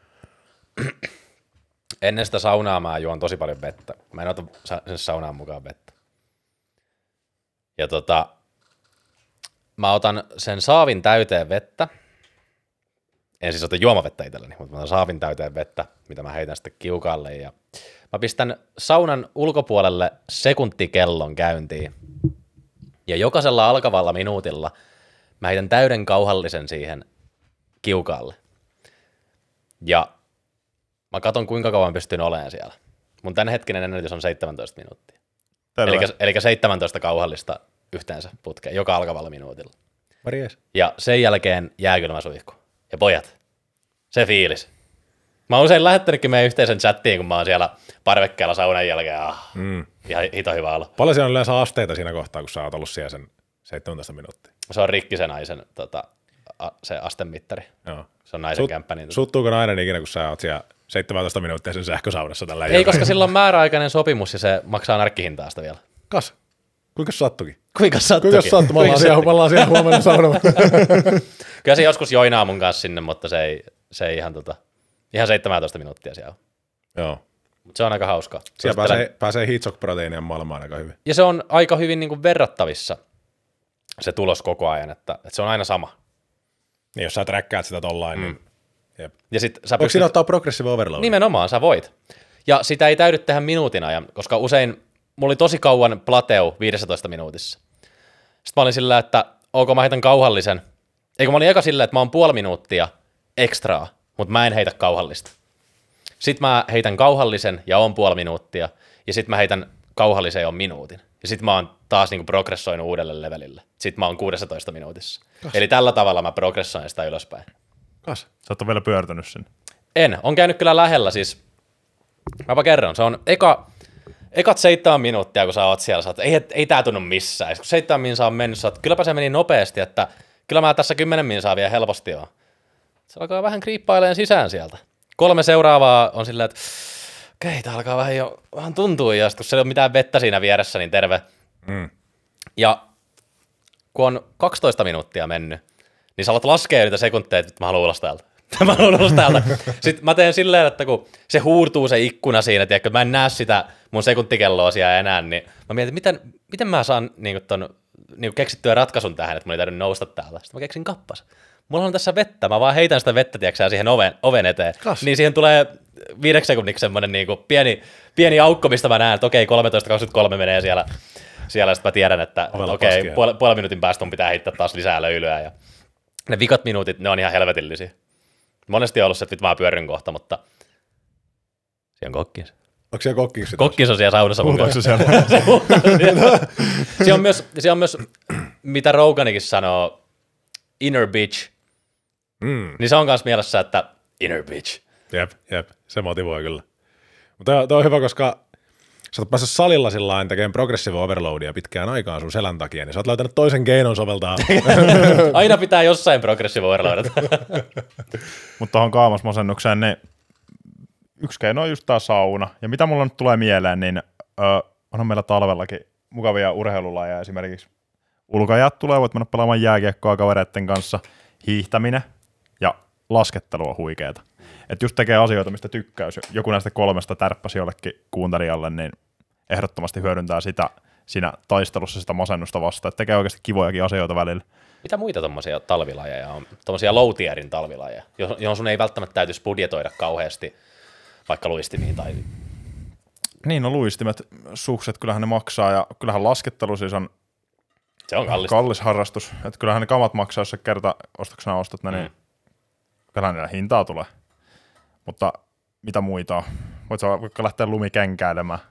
ennen sitä saunaa mä juon tosi paljon vettä. Mä en ota sen saunaan mukaan vettä. Ja tota, mä otan sen saavin täyteen vettä. En siis ota juomavettä itselleni, mutta mä otan saavin täyteen vettä, mitä mä heitän sitten kiukaalle. Ja mä pistän saunan ulkopuolelle sekuntikellon käyntiin. Ja jokaisella alkavalla minuutilla mä heitän täyden kauhallisen siihen kiukaalle. Ja mä katon, kuinka kauan pystyn olemaan siellä. Mun tämänhetkinen ennätys on seitsemäntoista minuuttia. Eli, eli seitsemäntoista kauhallista yhteensä putkeen, joka alkavalla minuutilla. Marjes. Ja sen jälkeen jääkylmä suihku. Ja pojat, se fiilis. Mä oon usein lähettänytkin meidän yhteisen chattiin, kun mä oon siellä parvekkeella saunan jälkeen. Ah, Mm. ihan hito hyvä olo. Paljon siellä on yleensä asteita siinä kohtaa, kun sä oot ollut siellä sen, seitsemäntoista minuuttia. Se on rikki se naisen tota, a, se astemittari. Joo. Se on naisen Sut, kämppä. Niin Suuttuuko nainen ikinä, kun sä oot siellä seitsemäntoista minuuttia sen sähkösaunassa tällä Ei, koska sillä on määräaikainen sopimus ja se maksaa narkkihintaa sitä vielä. Kas, kuinka sattukin? Kuinka sattukin? Kuinka sattu? Me ollaan siellä, me ollaan siellä huomenna saunalla. Kyllä se joskus joinaa mun kanssa sinne, mutta se ei, se ei ihan, tota, ihan seitsemäntoista minuuttia siellä ole. Joo. Mutta se on aika hauskaa. Siellä pääsee, pääsee Heatshock-proteiinien maailmaan aika hyvin. Ja se on aika hyvin niin kuin verrattavissa se tulos koko ajan, että, että se on aina sama. Niin jos sä träkkäät sitä tollain, mm. niin jep. Ja sit sä Voiko pystyt... siinä ottaa progressive overload? Nimenomaan, sä voit. Ja sitä ei täydy tehdä minuutin ajan, koska usein mulla oli tosi kauan plateu viisitoista minuutissa. Sitten mä olin sillä, että ok, mä heitän kauhallisen. Eikö mä olin eka sillä, että mä oon puoli minuuttia ekstraa, mutta mä en heitä kauhallista. Sitten mä heitän kauhallisen ja on puoli minuuttia, ja sitten mä heitän kauhallisen ja on minuutin. Ja sitten mä oon taas niinku progressoinut uudelle levelille. Sitten mä oon kuusitoista minuutissa. Kas. Eli tällä tavalla mä progressoin sitä ylöspäin. Kas. Sä oot vielä pyörtynyt sinne. En. On käynyt kyllä lähellä siis. Mäpä kerron. Se on eka, ekat seitsemän minuuttia, kun sä oot siellä. Sä oot, ei, ei tää tunnu missään. Kun seitsemän minsaa on mennyt, sä oot, kylläpä se meni nopeasti, että kyllä mä tässä kymmenen minsaa vielä helposti on. Se alkaa vähän kriippailemaan sisään sieltä. Kolme seuraavaa on silleen, että okei, okay, tää alkaa vähän jo vähän tuntua, ja kun se ei ole mitään vettä siinä vieressä, niin terve. Mm. Ja kun on kaksitoista minuuttia mennyt, niin sä alat laskea niitä sekunteja, että mä haluan ulos täältä. mä haluan ulos täältä. Sitten mä teen silleen, että kun se huurtuu se ikkuna siinä, tiedätkö, mä en näe sitä mun sekuntikelloa siellä enää, niin mä mietin, miten, miten mä saan niin ton, niin keksittyä ratkaisun tähän, että mun ei täydy nousta täältä. Sitten mä keksin kappas. Mulla on tässä vettä, mä vaan heitän sitä vettä, tiedätkö, siihen oven, oven eteen. Kas. Niin siihen tulee viideksi sekunniksi semmoinen niin kuin pieni, pieni aukko, mistä mä näen, että okei, kolmetoista kaksikymmentäkolme menee siellä. Siellä sitten mä tiedän, että okei, okay, puol- puolen minuutin päästä mun pitää heittää taas lisää löylyä. Ja ne vikat minuutit, ne on ihan helvetillisiä. Monesti on ollut se, että mä pyörryn kohta, mutta siellä on kokkinsa. Onko siellä kokkinsa? Kokkinsa on siellä saunassa mun kanssa. siellä? Se on myös, se on myös, mitä Roganikin sanoo, inner bitch. Mm. Niin se on myös mielessä, että inner bitch. Jep, jep, se motivoi kyllä. Mutta toi on hyvä, koska sä oot päässyt salilla sillain tekemään progressive overloadia pitkään aikaan sun selän takia, niin sä oot löytänyt toisen keinon soveltaa. Aina pitää jossain progressive overloadata. Mutta tuohon kaamasmasennukseen, niin yksi keino on just tää sauna. Ja mitä mulla nyt tulee mieleen, niin öö, onhan meillä talvellakin mukavia urheilulajeja. Esimerkiksi ulkojat tulee, voit mennä pelaamaan jääkiekkoa kavereiden kanssa, hiihtäminen ja laskettelu on huikeeta. Että just tekee asioita, mistä tykkää. Jos joku näistä kolmesta tärppäsi jollekin kuuntelijalle, niin ehdottomasti hyödyntää sitä siinä taistelussa sitä masennusta vastaan. Että tekee oikeasti kivojakin asioita välillä. Mitä muita tommosia talvilajeja on? Tommosia low-tierin talvilajeja, johon sun ei välttämättä täytyisi budjetoida kauheasti, vaikka luistimiin tai... Niin, no luistimet, sukset, kyllähän ne maksaa, ja kyllähän laskettelu siis on, se on kallis. kallis harrastus. Että kyllähän ne kamat maksaa, jos sä kerta ostoksena ostat ne, mm. niin kyllähän niillä hintaa tulee. Mutta mitä muita on? Voit sä vaikka lähteä lumikenkäilemään?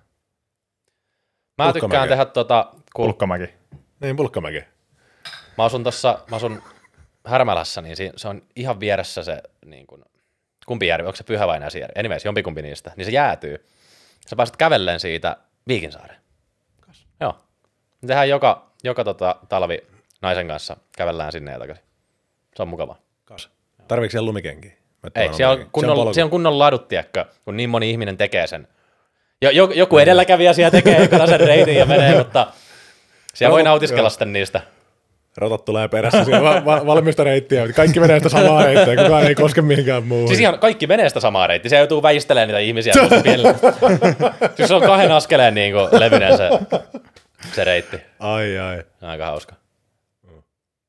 Mä tykkään tehdä tota... Kun... Pulkkamäki. Niin, Pulkkamäki. Mä asun tossa, mä asun Härmälässä, niin se on ihan vieressä se, niin kun, kumpi järvi, onko se Pyhä vai Näsijärvi? Anyways, jompikumpi niistä, niin se jäätyy. Sä pääset kävelleen siitä Viikinsaareen. Kas. Joo. Me tehdään joka, joka tota, talvi naisen kanssa, kävellään sinne ja takaisin. Se on mukavaa. Kas. Tarviiko siellä lumikenkiä? Ei, siellä on, kunnon, siellä on kunnon ladut, tiedätkö, kun niin moni ihminen tekee sen. Jo, joku edelläkävijä siellä tekee ekana sen reitin ja menee, mutta siellä voi nautiskella sitten niistä. Rotat tulee perässä, siellä va- valmista reittiä, kaikki menee sitä samaa reittiä, kukaan ei koske mihinkään muuhun. Siis ihan kaikki menee sitä samaa reittiä, se joutuu väistelemään niitä ihmisiä. Siis se on kahden askeleen niin kuin levyinen se, se reitti. Ai ai. Aika hauska. Mm.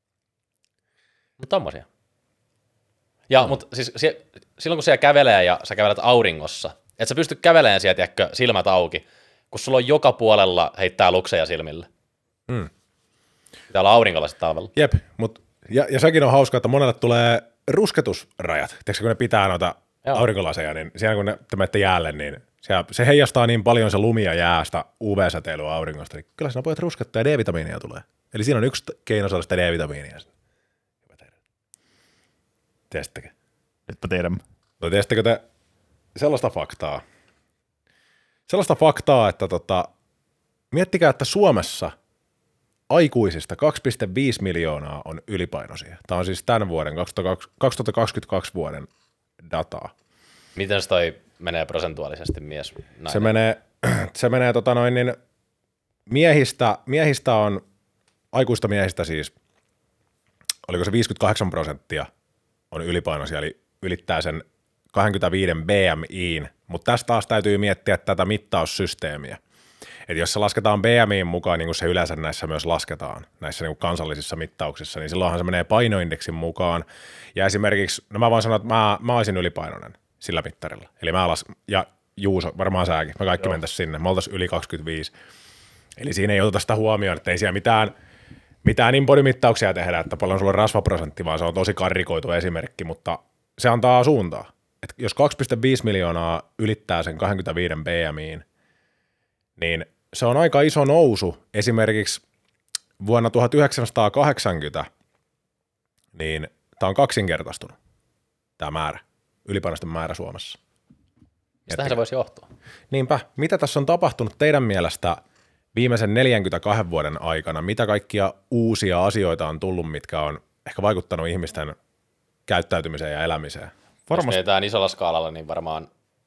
Mutta tommosia. Ja, mm. mutta siis sie, silloin kun siellä kävelee ja sä kävelet auringossa, et sä pysty kävelemään sieltä, tiedätkö, silmät auki, kun sulla on joka puolella heittää lukseja silmille. Mm. Pitää olla aurinkolla sitten talvella. Jep, mut, ja, ja sekin on hauska, että monelle tulee rusketusrajat. Tiedätkö, kun ne pitää noita Joo. aurinkolaseja, niin siellä kun ne, te menette jäälle, niin siellä, se heijastaa niin paljon se lumi ja jäästä U V-säteilyä auringosta, niin kyllä siinä pojat ruskettaa ja D-vitamiinia tulee. Eli siinä on yksi keino saada sitä D-vitamiinia. Tiesittekö? Etpä tiedä. No tiesittekö te sellaista faktaa? Sellaista faktaa, että tota, miettikää, että Suomessa aikuisista kaksi pilkku viisi miljoonaa on ylipainoisia. Tämä on siis tämän vuoden, kaksituhattakaksikymmentäkaksi vuoden dataa. Miten se toi menee prosentuaalisesti mies? Nainen? Se menee, se menee tota noin, niin miehistä, miehistä on, aikuista miehistä siis, oliko se viisikymmentäkahdeksan prosenttia on ylipainoisia, eli ylittää sen kaksikymmentäviisi B M I:n, mutta tästä taas täytyy miettiä tätä mittaussysteemiä. Että jos se lasketaan B M I:n mukaan, niin kuin se yleensä näissä myös lasketaan, näissä niin kuin kansallisissa mittauksissa, niin silloinhan se menee painoindeksin mukaan. Ja esimerkiksi, no mä voin sanoa, että mä, mä olisin ylipainoinen sillä mittarilla. Eli mä las, ja Juuso, varmaan säkin, me kaikki mentäisiin sinne, me oltaisiin yli kaksikymmentäviisi. Eli siinä ei oteta sitä huomioon, että ei siellä mitään, mitään in-body-mittauksia tehdä, että paljon sulla on rasvaprosentti, vaan se on tosi karrikoitu esimerkki, mutta se antaa suuntaa. Et jos kaksi pilkku viisi miljoonaa ylittää sen kaksikymmentäviisi B M I:n, niin se on aika iso nousu. Esimerkiksi vuonna tuhatyhdeksänsataakahdeksankymmentä, niin tämä on kaksinkertaistunut, tämä määrä, ylipainoisten määrä Suomessa. Mistähän se voisi johtua? Niinpä, mitä tässä on tapahtunut teidän mielestä viimeisen neljänkymmenenkahden vuoden aikana? Mitä kaikkia uusia asioita on tullut, mitkä on ehkä vaikuttanut ihmisten käyttäytymiseen ja elämiseen? Varmasti. Jos mietitään isolla skaalalla, niin varmaan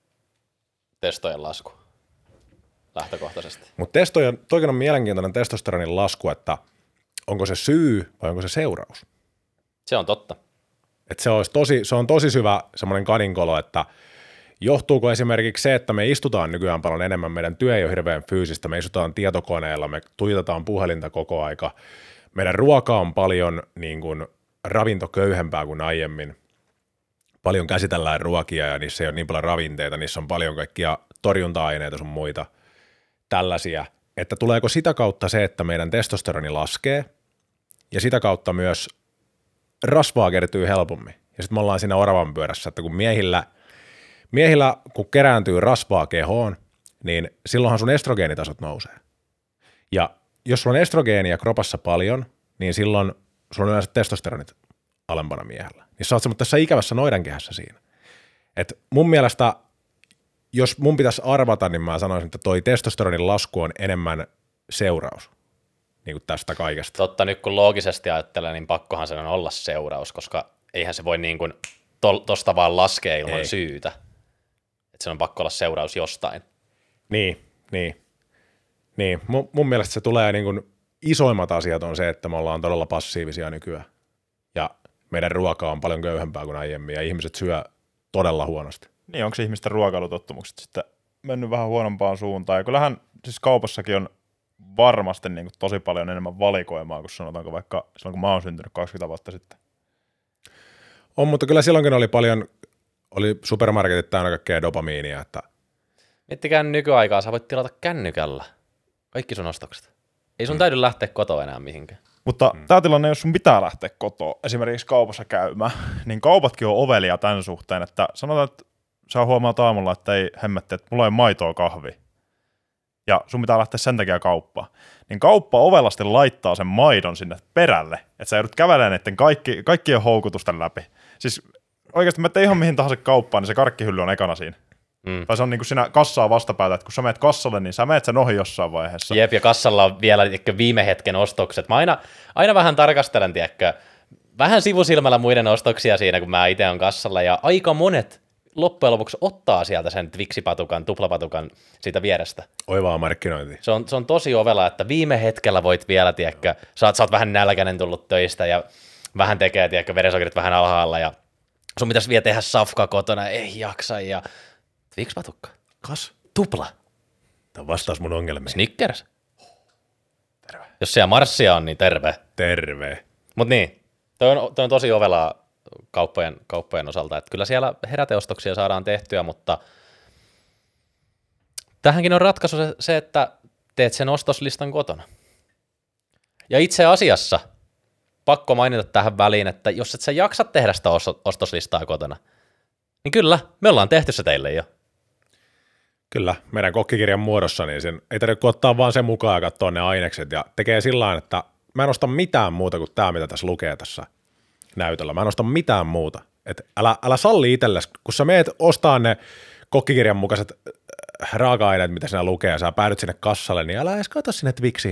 testojen lasku lähtökohtaisesti. Mutta toikin on mielenkiintoinen testosteronin lasku, että onko se syy vai onko se seuraus? Se on totta. Et se, olisi tosi, se on tosi syvä semmoinen kaninkolo, että johtuuko esimerkiksi se, että me istutaan nykyään paljon enemmän, meidän työ ei ole hirveän fyysistä, me istutaan tietokoneella, me tuijotetaan puhelinta koko aika, meidän ruoka on paljon niin kuin ravintoköyhempää kuin aiemmin, paljon käsitellään ruokia ja niissä ei ole niin paljon ravinteita, niissä on paljon kaikkia torjunta-aineita sun muita tällaisia, että tuleeko sitä kautta se, että meidän testosteroni laskee ja sitä kautta myös rasvaa kertyy helpommin. Ja sitten me ollaan siinä oravan pyörässä, että kun miehillä, miehillä kun kerääntyy rasvaa kehoon, niin silloinhan sun estrogeenitasot nousee. Ja jos sulla on estrogeenia kropassa paljon, niin silloin sulla on yleensä testosteronit alempana miehellä. Niin sä oot semmoinen tässä ikävässä noidankehässä siinä. Et mun mielestä, jos mun pitäisi arvata, niin mä sanoisin, että toi testosteronin lasku on enemmän seuraus niin kuin tästä kaikesta. Totta, nyt kun loogisesti ajattelee, niin pakkohan sen on olla seuraus, koska eihän se voi niin kuin to, tosta vaan laskea ilman Ei. syytä. Että se on pakko olla seuraus jostain. Niin, niin. niin. Mun, mun mielestä se tulee niin kuin isoimmat asiat on se, että me ollaan todella passiivisia nykyään. Ja meidän ruoka on paljon köyhempää kuin aiemmin ja ihmiset syö todella huonosti. Niin, onko ihmisten ruokailutottumukset sitten mennyt vähän huonompaan suuntaan? Ja kyllähän siis kaupassakin on varmasti niin kuin tosi paljon enemmän valikoimaa kuin sanotaanko vaikka silloin, kun mä oon syntynyt kaksikymmentä vuotta sitten. On, mutta kyllä silloinkin oli paljon, oli supermarketit täynnä kaikkea dopamiinia. Että miettikää nykyaikaa, sä voit tilata kännykällä kaikki sun ostokset. Ei sun mm. täydy lähteä kotoa enää mihinkään. Mutta mm. tämä tilanne, jos sun pitää lähteä kotoa, esimerkiksi kaupassa käymään, niin kaupatkin on ovelia tämän suhteen, että sanotaan, että sä huomaat aamulla, että ei hemmetti, että mulla ei maitoa kahvi. Ja sun pitää lähteä sen takia kauppaan. Niin kauppa ovelasti laittaa sen maidon sinne perälle, että sä joudut kävelemään näiden kaikki, kaikkien houkutusten läpi. Siis oikeasti mä tein ihan mihin tahansa kauppaan, niin se karkkihylly on ekana siinä. Mm. Tai se on niin kuin siinä kassaa vastapäätä, että kun sä meet kassalle, niin sä meet sen ohi jossain vaiheessa. Jep, ja kassalla on vielä viime hetken ostokset. Mä aina, aina vähän tarkastelen, tiedätkö, vähän sivusilmällä muiden ostoksia siinä, kun mä itse on kassalla, ja aika monet loppujen lopuksi ottaa sieltä sen Twixipatukan, tuplapatukan siitä vierestä. Oivaa markkinointi. Se on, se on tosi ovela, että viime hetkellä voit vielä, tiedätkö, sä oot, sä oot vähän nälkäinen tullut töistä ja vähän tekee, tiedätkö, verensokerit vähän alhaalla ja sun pitäisi vielä tehdä safka kotona, ei jaksa ja Twix-patukka. Kas. Tupla. Tämä on vastaus mun ongelmiin. Snickers. Terve. Jos siellä Marssia on, niin terve. Terve. Mut niin, toi on, toi on tosi ovelaa kauppojen, kauppojen osalta, että kyllä siellä heräteostoksia saadaan tehtyä, mutta tähänkin on ratkaisu se, se, että teet sen ostoslistan kotona. Ja itse asiassa, pakko mainita tähän väliin, että jos et sä jaksa tehdä sitä ostoslistaa kotona, niin kyllä, me ollaan tehty se teille jo. Kyllä, meidän kokkikirjan muodossa, niin sen ei tarvitse ottaa vaan sen mukaan ja katsoa ne ainekset, ja tekee sillä tavalla, että mä en osta mitään muuta kuin tämä, mitä tässä lukee tässä näytöllä. Mä en osta mitään muuta. Et älä, älä salli itsellesi, kun sä meet ostaa ne kokkikirjan mukaiset raaka-aineet, mitä siinä lukee, ja sä päädyt sinne kassalle, niin älä edes katso sinne Twixiin päin.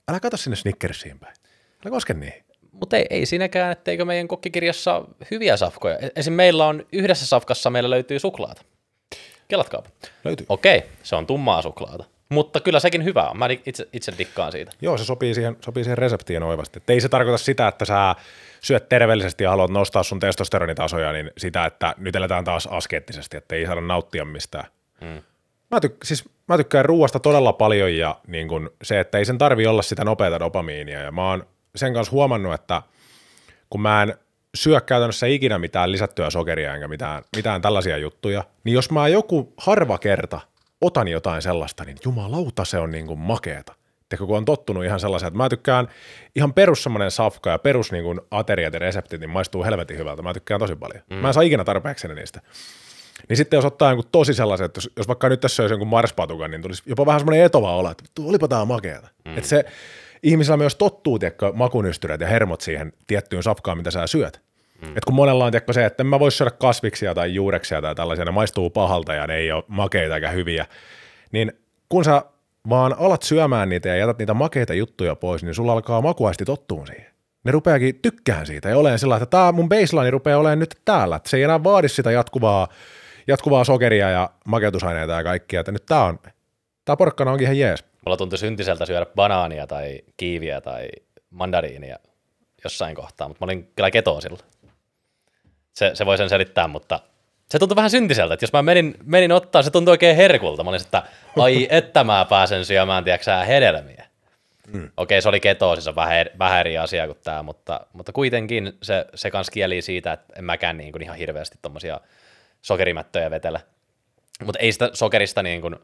älä kato sinne Snickersiin päin. Älä koske niihin. Mutta ei, ei siinäkään, etteikö meidän kokkikirjassa hyviä safkoja. Esim. Meillä on yhdessä safkassa, meillä löytyy suklaata. Kelatkaapa. Löytyy. Okei, se on tummaa suklaata. Mutta kyllä sekin hyvä on. Mä itse, itse dikkaan siitä. Joo, se sopii siihen, sopii siihen reseptiin oivasti. Et ei se tarkoita sitä, että sä syöt terveellisesti ja haluat nostaa sun testosteronitasoja, niin sitä, että nyt eletään taas askeettisesti, että ei saada nauttia mistään. Hmm. Mä, tyk- siis, mä tykkään ruuasta todella paljon ja niin kun se, että ei sen tarvi olla sitä nopeata dopamiinia. Ja mä oon sen kanssa huomannut, että kun mä en syö käytännössä ikinä mitään lisättyä sokeria enkä mitään, mitään tällaisia juttuja, niin jos mä joku harva kerta otan jotain sellaista, niin jumalauta se on niin kuin makeeta. Teikö, kun on tottunut ihan sellaisen, että mä tykkään ihan perus semmoinen safka ja perus niin kuin ateriat ja reseptit, niin maistuu helvetin hyvältä. Mä tykkään tosi paljon. Mm. Mä en saa ikinä tarpeekseni niistä. Niin sitten jos ottaa jonkun tosi sellaisen, että jos, jos vaikka nyt tässä olisi jonkun marspatukan, niin tulisi jopa vähän semmoinen etova olo, että olipa tää makeeta. Mm. Että se ihmisillä myös tottuu, tiedätkö, makunystyrät ja hermot siihen tiettyyn safkaan, mitä sä syöt. Mm. Että kun monella on tiedätkö, se, että en mä voi syödä kasviksia tai juureksia tai tällaisia, ne maistuu pahalta ja ne ei ole makeita eikä hyviä, niin kun sä vaan alat syömään niitä ja jätät niitä makeita juttuja pois, niin sulla alkaa makuaisti tottuun siihen. Ne rupeakin tykkään siitä ja olen sillä, että tää mun baseline rupeaa olemaan nyt täällä, että se ei enää vaadi sitä jatkuvaa, jatkuvaa sokeria ja makeutusaineita ja kaikkia, että nyt tää on, tää porkkana onkin ihan jees. Mulla tuntui syntiseltä syödä banaania tai kiiviä tai mandariinia jossain kohtaa, mutta mä olin kyllä ketoosilla. Se, se voi sen selittää, mutta se tuntui vähän syntiseltä, että jos mä menin, menin ottaa, se tuntui oikein herkulta. Mä olin, että ai, että mä pääsen syömään, tiedätkö hedelmiä. Mm. Okei, se oli ketoosi, se on vähän, vähän eri asia kuin tämä, mutta, mutta kuitenkin se, se kans kieli siitä, että en mäkään niin kuin ihan hirveästi tommosia sokerimättöjä vetellä. Mutta ei sitä sokerista niin kuin,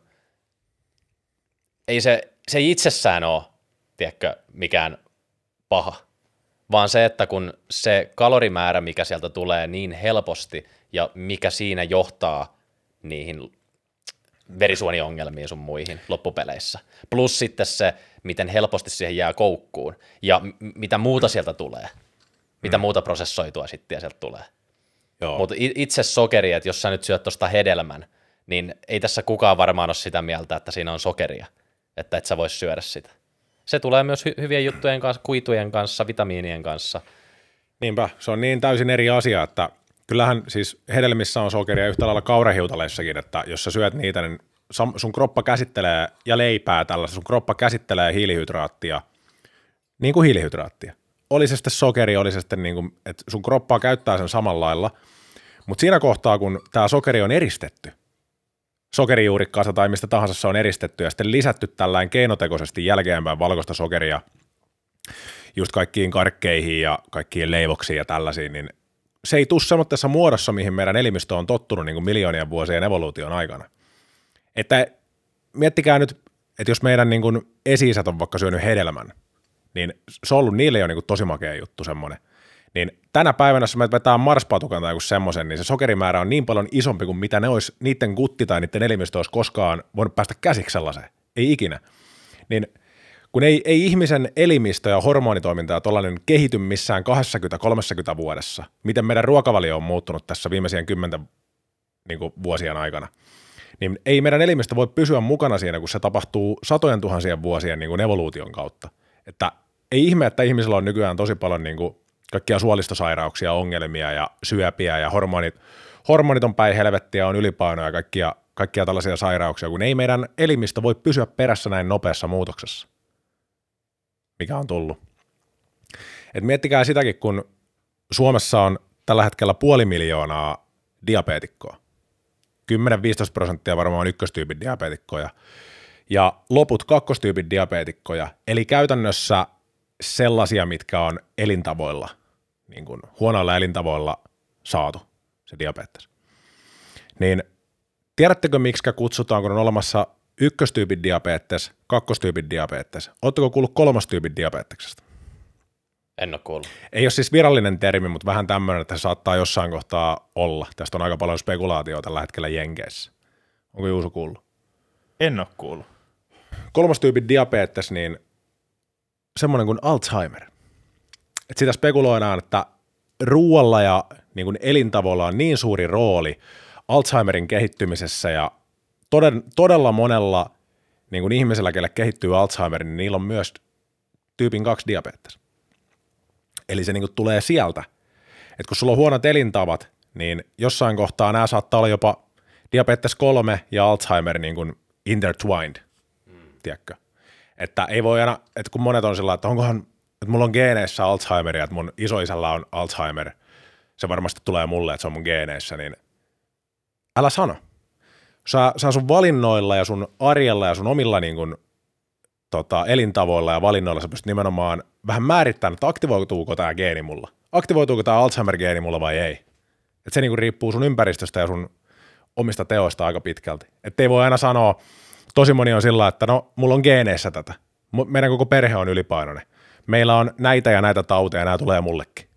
ei se, se ei itsessään ole, tiedätkö, mikään paha, vaan se, että kun se kalorimäärä, mikä sieltä tulee niin helposti ja mikä siinä johtaa niihin verisuoniongelmiin sun muihin loppupeleissä, plus sitten se, miten helposti siihen jää koukkuun ja m- mitä muuta sieltä tulee, mitä mm. muuta prosessoitua sitten sieltä tulee. Mutta itse sokeri, että jos sä nyt syöt tuosta hedelmän, niin ei tässä kukaan varmaan ole sitä mieltä, että siinä on sokeria, että et sä vois syödä sitä. Se tulee myös hy- hyvien juttujen kanssa, kuitujen kanssa, vitamiinien kanssa. Niinpä, se on niin täysin eri asia, että kyllähän siis hedelmissä on sokeria yhtä lailla kaurahiutaleissakin, että jos sä syöt niitä, niin sun kroppa käsittelee, ja leipää tällaista, sun kroppa käsittelee hiilihydraattia, niin kuin hiilihydraattia. Oli se sitten sokeri, oli se sitten niin kuin, että sun kroppaa käyttää sen samalla lailla, mutta siinä kohtaa, kun tämä sokeri on eristetty, sokerijuurikkaasta tai mistä tahansa se on eristetty ja sitten lisätty tällainen keinotekoisesti jälkeenpäin valkoista sokeria just kaikkiin karkkeihin ja kaikkiin leivoksiin ja tällaisiin, niin se ei tule semmoisessa muodossa, mihin meidän elimistö on tottunut niin kuin miljoonien vuosien evoluution aikana. Että miettikää nyt, että jos meidän niin kuin esi-isät on vaikka syönyt hedelmän, niin se on ollut niille jo niin kuin tosi makea juttu semmoinen. Niin tänä päivänä, jos me vetää marspatukan tai joku semmoisen, niin se sokerimäärä on niin paljon isompi kuin mitä ne olisi, niiden gutti tai niiden elimistö olisi koskaan voinut päästä käsiksi sellaiseen. Ei ikinä. Niin kun ei, ei ihmisen elimistö ja hormonitoiminta ja tollainen kehity missään kaksikymmentä kolmekymmentä vuodessa, miten meidän ruokavalio on muuttunut tässä viimeisien kymmenten niin kuin vuosien aikana, niin ei meidän elimistö voi pysyä mukana siinä, kun se tapahtuu satojen tuhansien vuosien niin kuin evoluution kautta. Että ei ihme, että ihmisillä on nykyään tosi paljon niin kuin kaikkia suolistosairauksia, ongelmia ja syöpiä ja hormonit, hormonit on päin helvettiä, on ylipainoa ja kaikkia, kaikkia tällaisia sairauksia, kun ei meidän elimistö voi pysyä perässä näin nopeassa muutoksessa, mikä on tullut. Et miettikää sitäkin, kun Suomessa on tällä hetkellä puoli miljoonaa diabeetikkoa. kymmenen viisitoista prosenttia varmaan on ykköstyypin diabeetikkoja ja loput kakkostyypin diabeetikkoja, eli käytännössä sellaisia, mitkä on elintavoilla, niin kuin huonoilla elintavoilla saatu, se diabetes. Niin tiedättekö, miksi kutsutaan, kun on olemassa ykköstyypin diabetes, kakkostyypin diabetes? Oletteko kuullut kolmostyypin diabeteksesta? En ole kuullut. Ei ole siis virallinen termi, mutta vähän tämmöinen, että se saattaa jossain kohtaa olla. Tästä on aika paljon spekulaatiota tällä hetkellä Jenkeissä. Onko Juuso kuullut? En ole kuullut. Kolmostyypin diabetes, niin semmoinen kuin Alzheimer. Et sitä spekuloidaan, että ruoalla ja niin kuin elintavoilla on niin suuri rooli Alzheimerin kehittymisessä ja toden, todella monella niin kuin ihmisellä, kelle kehittyy Alzheimer, niin niillä on myös tyypin kaksi diabetes. Eli se niinku tulee sieltä, että kun sulla on huonot elintavat, niin jossain kohtaa nämä saattaa olla jopa diabetes kolme ja Alzheimer niin kuin intertwined, mm. tiedätkö? Että ei voi aina, että kun monet on sillä että onkohan, että mulla on geeneissä Alzheimeria, että mun isoisällä on Alzheimer, se varmasti tulee mulle, että se on mun geeneissä, niin älä sano. Sä, sä sun valinnoilla ja sun arjella ja sun omilla niin kuin, tota, elintavoilla ja valinnoilla sä pystyt nimenomaan vähän määrittämään, että aktivoituuko tämä geeni mulla. Aktivoituuko tämä Alzheimer-geeni mulla vai ei. Että se niin kuin riippuu sun ympäristöstä ja sun omista teoista aika pitkälti. Että ei voi aina sanoa, tosi moni on sillä, että no, mulla on geeneissä tätä. Meidän koko perhe on ylipainoinen. Meillä on näitä ja näitä tauteja, ja nämä tulee mullekin.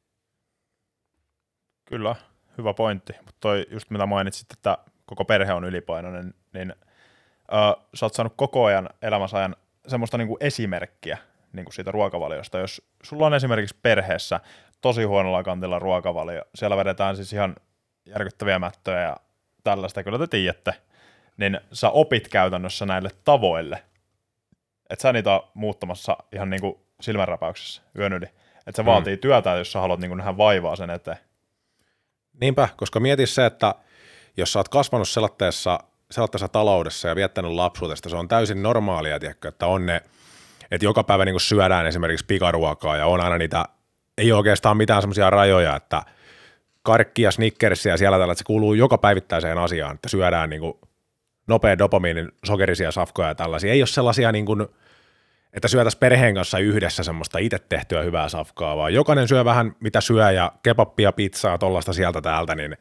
Kyllä, hyvä pointti. Mutta toi just mitä mainitsit, että koko perhe on ylipainoinen, niin äh, sä oot saanut koko ajan elämässä ajan semmoista niinku esimerkkiä niinku siitä ruokavaliosta. Jos sulla on esimerkiksi perheessä tosi huonolla kantilla ruokavalio, siellä vedetään siis ihan järkyttäviä mättöjä ja tällaista, kyllä te tiedätte, niin sä opit käytännössä näille tavoille. Että sä niitä on muuttamassa ihan niinku silmänräpäyksessä yön yli. Että se mm. vaatii työtä, jos sä haluat niinku nähdä vaivaa sen eteen. Niinpä, koska mieti se, että jos sä oot kasvanut sellaisessa, sellaisessa taloudessa ja viettänyt lapsuudesta, se on täysin normaalia, tiedätkö, että on ne, että joka päivä niinku syödään esimerkiksi pikaruokaa ja on aina niitä, ei oikeastaan mitään semmoisia rajoja, että karkkia, snickersia ja siellä tällä, että se kuuluu joka päivittäiseen asiaan, että syödään niinku nopea dopamiinin sokerisia safkoja ja tällaisia. Ei ole sellaisia, niin kuin, että syötäisiin perheen kanssa yhdessä semmoista itse tehtyä hyvää safkaa, vaan jokainen syö vähän mitä syö ja kebappia, pizzaa, tollaista sieltä täältä, niin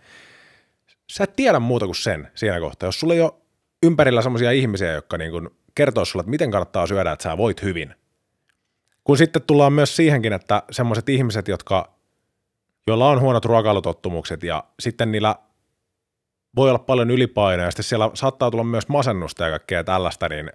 sä et tiedä muuta kuin sen siinä kohtaa. Jos sulla ei ole ympärillä semmoisia ihmisiä, jotka niin kuin kertoo sulle, että miten kannattaa syödä, että sä voit hyvin. Kun sitten tullaan myös siihenkin, että semmoiset ihmiset, jotka, joilla on huonot ruokailutottumukset ja sitten niillä voi olla paljon ylipainoa ja sitten siellä saattaa tulla myös masennusta ja kaikkea tällaista, niin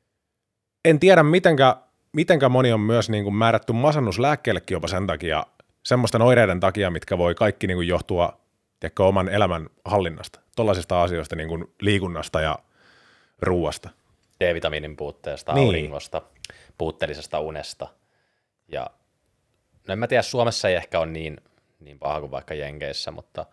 en tiedä mitenkä, mitenkä moni on myös niin kuin määrätty masennuslääkkeellekin jopa sen takia, semmoisten oireiden takia, mitkä voi kaikki niin kuin johtua tiedätkö, oman elämän hallinnasta, tollaisista asioista niin kuin liikunnasta ja ruuasta. D-vitamiinin puutteesta, niin. auringosta, puutteellisesta unesta. Ja no en mä tiedä, Suomessa ei ehkä ole niin, niin paha kuin vaikka Jenkeissä, mutta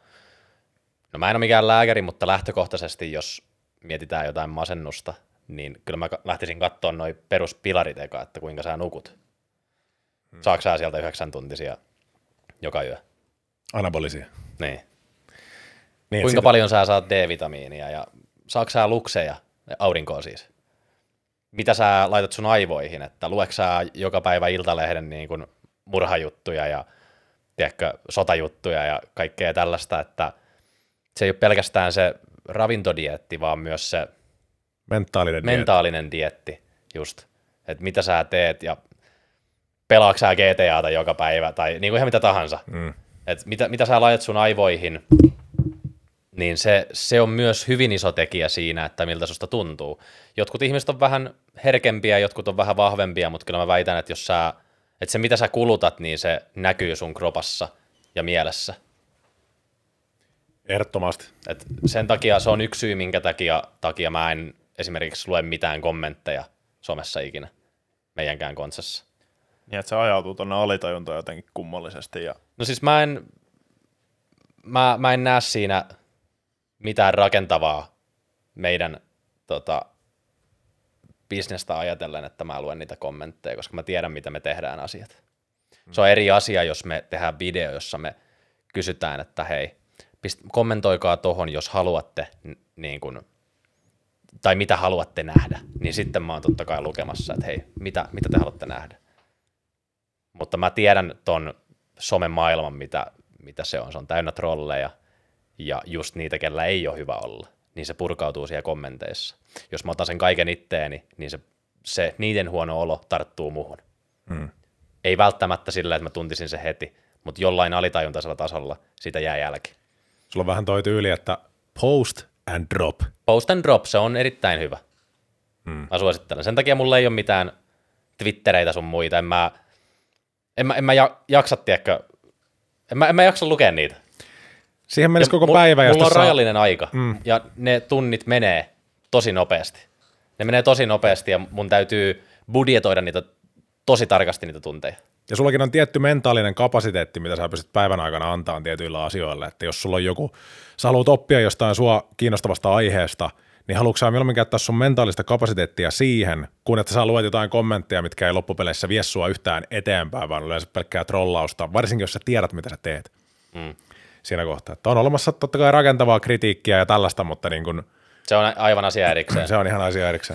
no mä en ole mikään lääkäri, mutta lähtökohtaisesti, jos mietitään jotain masennusta, niin kyllä mä lähtisin katsoa noi peruspilarit eka, että kuinka sä nukut. Hmm. Saatko sä sieltä yhdeksän tuntisia joka yö? Anabolisia. Niin. niin kuinka sitä... paljon sä saat D-vitamiinia ja saatko sä lukseja, aurinkoa siis? Mitä sä laitat sun aivoihin, että luetko sä joka päivä Iltalehden niin kuin murhajuttuja ja tiedätkö, sotajuttuja ja kaikkea tällaista, että se ei ole pelkästään se ravintodieetti, vaan myös se mentaalinen, mentaalinen dieetti, just, että mitä sä teet ja pelaatko sä G T A:ta joka päivä tai niin kuin ihan mitä tahansa, mm. että mitä, mitä sä laitat sun aivoihin, niin se, se on myös hyvin iso tekijä siinä, että miltä susta tuntuu. Jotkut ihmiset on vähän herkempiä, jotkut on vähän vahvempia, mutta kyllä mä väitän, että jos sä, että se mitä sä kulutat, niin se näkyy sun kropassa ja mielessä. Ehdottomasti. Et sen takia se on yksi syy, minkä takia, takia mä en esimerkiksi lue mitään kommentteja somessa ikinä meidänkään kontsassa. Niin, että se ajautuu tuonne alitajuntaan jotenkin kummallisesti. Ja... No siis mä en, mä, mä en näe siinä mitään rakentavaa meidän tota, bisnestä ajatellen, että mä luen niitä kommentteja, koska mä tiedän, mitä me tehdään asiat. Se on eri asia, jos me tehdään video, jossa me kysytään, että hei, pist- kommentoikaa tohon, jos haluatte, n- niin kun, tai mitä haluatte nähdä, niin sitten mä oon totta kai lukemassa, että hei, mitä, mitä te haluatte nähdä. Mutta mä tiedän ton somen maailman, mitä, mitä se on. Se on täynnä trolleja ja just niitä, kellä ei ole hyvä olla. Niin se purkautuu siellä kommenteissa. Jos mä otan sen kaiken itteeni, niin se, se niiden huono olo tarttuu muhun. Hmm. Ei välttämättä sillä, että mä tuntisin se heti, mutta jollain alitajuntaisella tasolla sitä jää jälki. Sulla on vähän toi tyyli, että post and drop. Post and drop, se on erittäin hyvä. Hmm. Mä suosittelen. Sen takia mulla ei ole mitään twittereitä sun muita. En mä, en mä, en mä jaksa, tiedäkö, en mä, en mä jaksa lukea niitä. Siihen menisi koko mulla, päivä. Mulla on saa... rajallinen aika, mm. ja ne tunnit menee tosi nopeasti. Ne menee tosi nopeasti, ja mun täytyy budjetoida niitä tosi tarkasti niitä tunteja. Ja sullakin on tietty mentaalinen kapasiteetti, mitä sä pystyt päivän aikana antamaan tietyillä asioilla, että jos sulla on joku, sä haluat oppia jostain sua kiinnostavasta aiheesta, niin haluatko sä mieluummin käyttää sun mentaalista kapasiteettia siihen, kun että sä luet jotain kommentteja, mitkä ei loppupeleissä vie sua yhtään eteenpäin, vaan yleensä pelkkää trollausta, varsinkin jos sä tiedät, mitä sä teet mm. siinä kohtaa. Että on olemassa totta kai rakentavaa kritiikkiä ja tällaista, mutta niin kun, se on aivan asia erikseen. Se on ihan asia erikseen.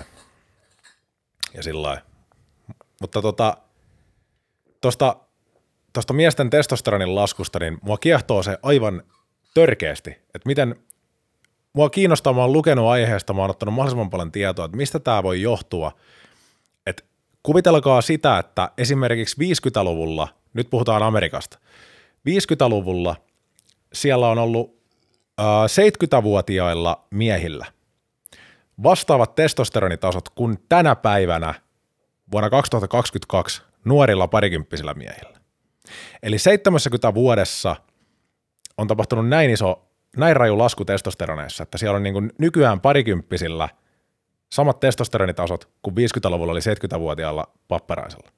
Ja sillä lailla. Mutta tota, tosta, tosta miesten testosteronin laskusta, niin mua kiehtoo se aivan törkeästi, että miten mua kiinnostaa, mä oon lukenut aiheesta, mä oon ottanut mahdollisimman paljon tietoa, että mistä tämä voi johtua. Et kuvitelkaa sitä, että esimerkiksi viisikymmentäluvulla, nyt puhutaan Amerikasta, viisikymmentäluvulla siellä on ollut äh, seitsemänkymmentävuotiailla miehillä vastaavat testosteronitasot kuin tänä päivänä vuonna kaksituhattakaksikymmentäkaksi nuorilla parikymppisillä miehillä. Eli seitsemänkymmentä vuodessa on tapahtunut näin iso, näin raju lasku testosteroneissa, että siellä on niin kuin nykyään parikymppisillä samat testosteronitasot kuin viisikymmentäluvulla oli seitsemänkymmentävuotiaalla papparaisella.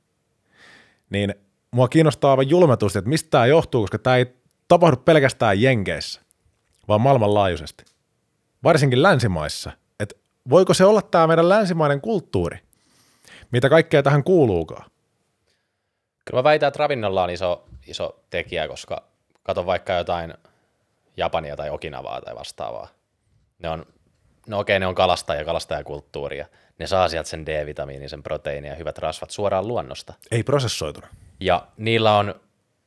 Niin mua kiinnostaa aivan julmetusti, että mistä tämä johtuu, koska tämä ei tapahdu pelkästään Jenkeissä, vaan maailmanlaajuisesti. Varsinkin länsimaissa. Että voiko se olla tämä meidän länsimainen kulttuuri, mitä kaikkea tähän kuuluukaan? Kyllä mä väitän, että ravinnolla on iso, iso tekijä, koska katon vaikka jotain Japania tai Okinavaa tai vastaavaa. Ne on, no okei, ne on kalastaja, kalastajakulttuuria. Ne saa sieltä sen D-vitamiinin, sen proteiinin ja hyvät rasvat suoraan luonnosta. Ei prosessoituna. Ja niillä on,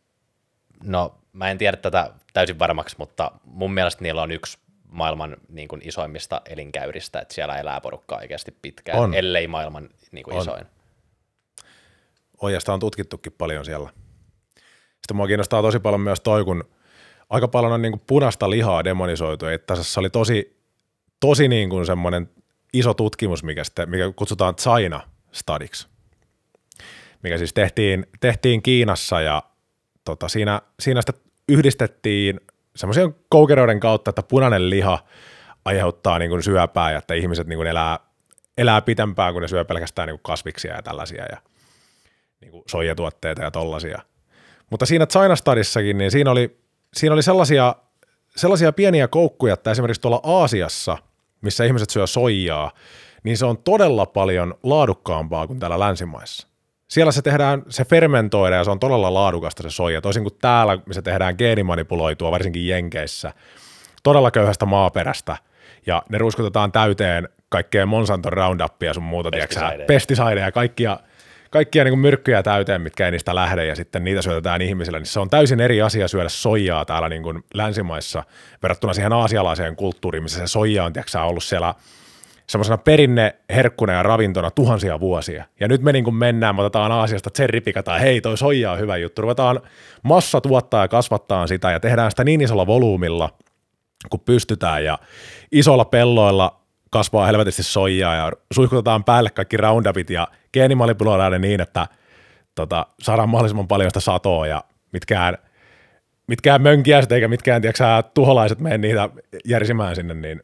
no mä en tiedä tätä täysin varmaksi, mutta mun mielestä niillä on yksi maailman niin kuin isoimmista elinkäyristä, että siellä elää porukkaa oikeasti pitkään, on. ellei maailman niin kuin isoin. On, ja sitä on tutkittukin paljon siellä. Sitten mua kiinnostaa tosi paljon myös toi, kun aika paljon on niin kuin punaista lihaa demonisoitu, että tässä oli tosi, tosi niin kuin semmoinen iso tutkimus, mikä, sitten, mikä kutsutaan China Studiksi, mikä siis tehtiin, tehtiin Kiinassa, ja tota, siinä, siinä sitten yhdistettiin semmoisia koukeroiden kautta, että punainen liha aiheuttaa niin kuin syöpää, ja että ihmiset niin kuin elää, elää pitempään, kun ne syö pelkästään niin kuin kasviksia ja tällaisia, ja niin kuin soijatuotteita ja tollaisia. Mutta siinä China Studissakin, niin siinä oli, siinä oli sellaisia, sellaisia pieniä koukkuja, että esimerkiksi tuolla Aasiassa, missä ihmiset syö soijaa, niin se on todella paljon laadukkaampaa kuin täällä länsimaissa. Siellä se tehdään, se fermentoidaan ja se on todella laadukasta se soija, toisin kuin täällä, missä tehdään geenimanipuloitua, varsinkin Jenkeissä, todella köyhästä maaperästä, ja ne ruiskutetaan täyteen kaikkea Monsanton Roundupia sun muuta, pestisideja ja kaikkia, kaikkia niin kuin myrkkyjä täyteen, mitkä ei niistä lähde, ja sitten niitä syötetään ihmisille, niin se on täysin eri asia syödä soijaa täällä niin kuin länsimaissa verrattuna siihen aasialaiseen kulttuuriin, missä se soija on tiiäksä, ollut siellä semmoisena perinneherkkuna ja ravintona tuhansia vuosia. Ja nyt me niin kuin mennään, me otetaan Aasiasta cherrypikataan, hei toi soija on hyvä juttu, ruvetaan massa tuottaa ja kasvattaa sitä ja tehdään sitä niin isolla volyymilla, kun pystytään, ja isoilla pelloilla kasvaa helvetisti soijaa ja suihkutetaan päälle kaikki Roundupit ja geenimanipuloidaan ne niin, että tota, saadaan mahdollisimman paljon sitä satoa ja mitkään, mitkään mönkiäiset eikä mitkään tiiäksä, tuholaiset mene niitä järsimään sinne, niin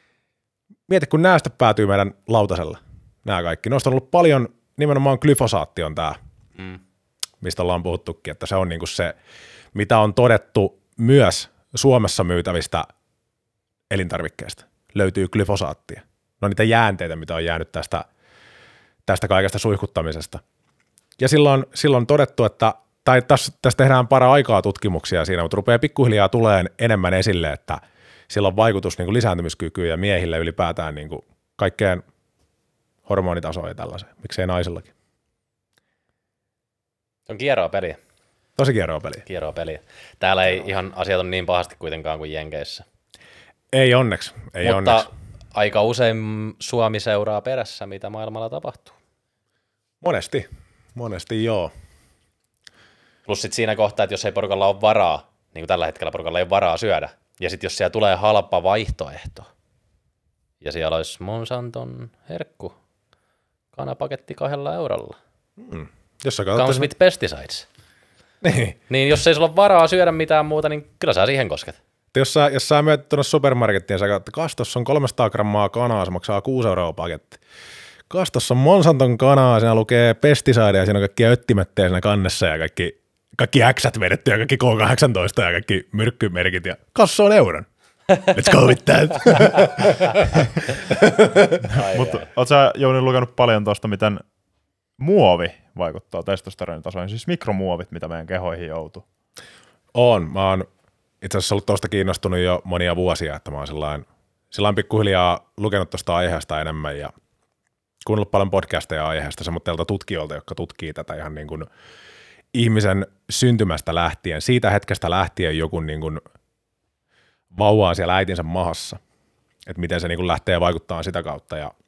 mieti, kun nämä sitten päätyy meidän lautaselle, nämä kaikki. Noista on ollut paljon, nimenomaan glyfosaatti on tämä, mm. mistä ollaan puhuttukin, että se on niinku se, mitä on todettu myös Suomessa myytävistä elintarvikkeista. Löytyy glyfosaattia. No niitä jäänteitä, mitä on jäänyt tästä, tästä kaikesta suihkuttamisesta. Ja silloin, silloin todettu, että, tai tässä, tässä tehdään para aikaa tutkimuksia siinä, mutta rupeaa pikkuhiljaa tulemaan enemmän esille, että sillä on vaikutus niin kuin lisääntymiskykyyn ja miehille ylipäätään niin kuin kaikkeen hormonitasoon ja tällaiseen. Miksei naisillakin. On kieroa peliä. Tosi kieroa peliä. Kieroa peliä. Täällä ei ihan asiat on niin pahasti kuitenkaan kuin Jenkeissä. Ei onneksi, ei Mutta onneksi. aika usein Suomi seuraa perässä, mitä maailmalla tapahtuu. Monesti, monesti joo. Plus sit siinä kohtaa, että jos ei porukalla ole varaa, niin kuin tällä hetkellä porukalla ei ole varaa syödä, ja sitten jos siellä tulee halpa vaihtoehto, ja siellä olisi Monsanton herkku, kanapaketti kahdella eurolla, mm. jos comes with pesticides, niin. niin jos ei sulla ole varaa syödä mitään muuta, niin kyllä sä siihen kosket. Jos sä, jos sä menet tuonne supermarkettiin ja sä katsot, että kas, tossa on kolmesataa grammaa kanaa, se maksaa kuusi euroa paketti. kas tossa on Monsanton kanaa, siinä lukee pesticide ja siinä on kaikki öttimettejä siinä kannessa ja kaikki, kaikki X:t vedetty ja kaikki K kahdeksantoista ja kaikki myrkkymerkit ja kas se on euron. Let's go with that. Mutta ootko sä, Jouni, lukenut paljon tuosta, miten muovi vaikuttaa testosteronin tasoihin, siis mikromuovit, mitä meidän kehoihin joutuu? On. Mä oon itse asiassa ollut tuosta kiinnostunut jo monia vuosia, että mä oon sillain, sillain pikkuhiljaa lukenut tuosta aiheesta enemmän ja kuunnellut paljon podcasteja aiheesta semmoitteilta tutkijoilta, jotka tutkii tätä ihan niin kuin ihmisen syntymästä lähtien, siitä hetkestä lähtien joku niin kuin vauvaa siellä äitinsä mahassa, että miten se niin kuin lähtee vaikuttamaan sitä kautta. Ja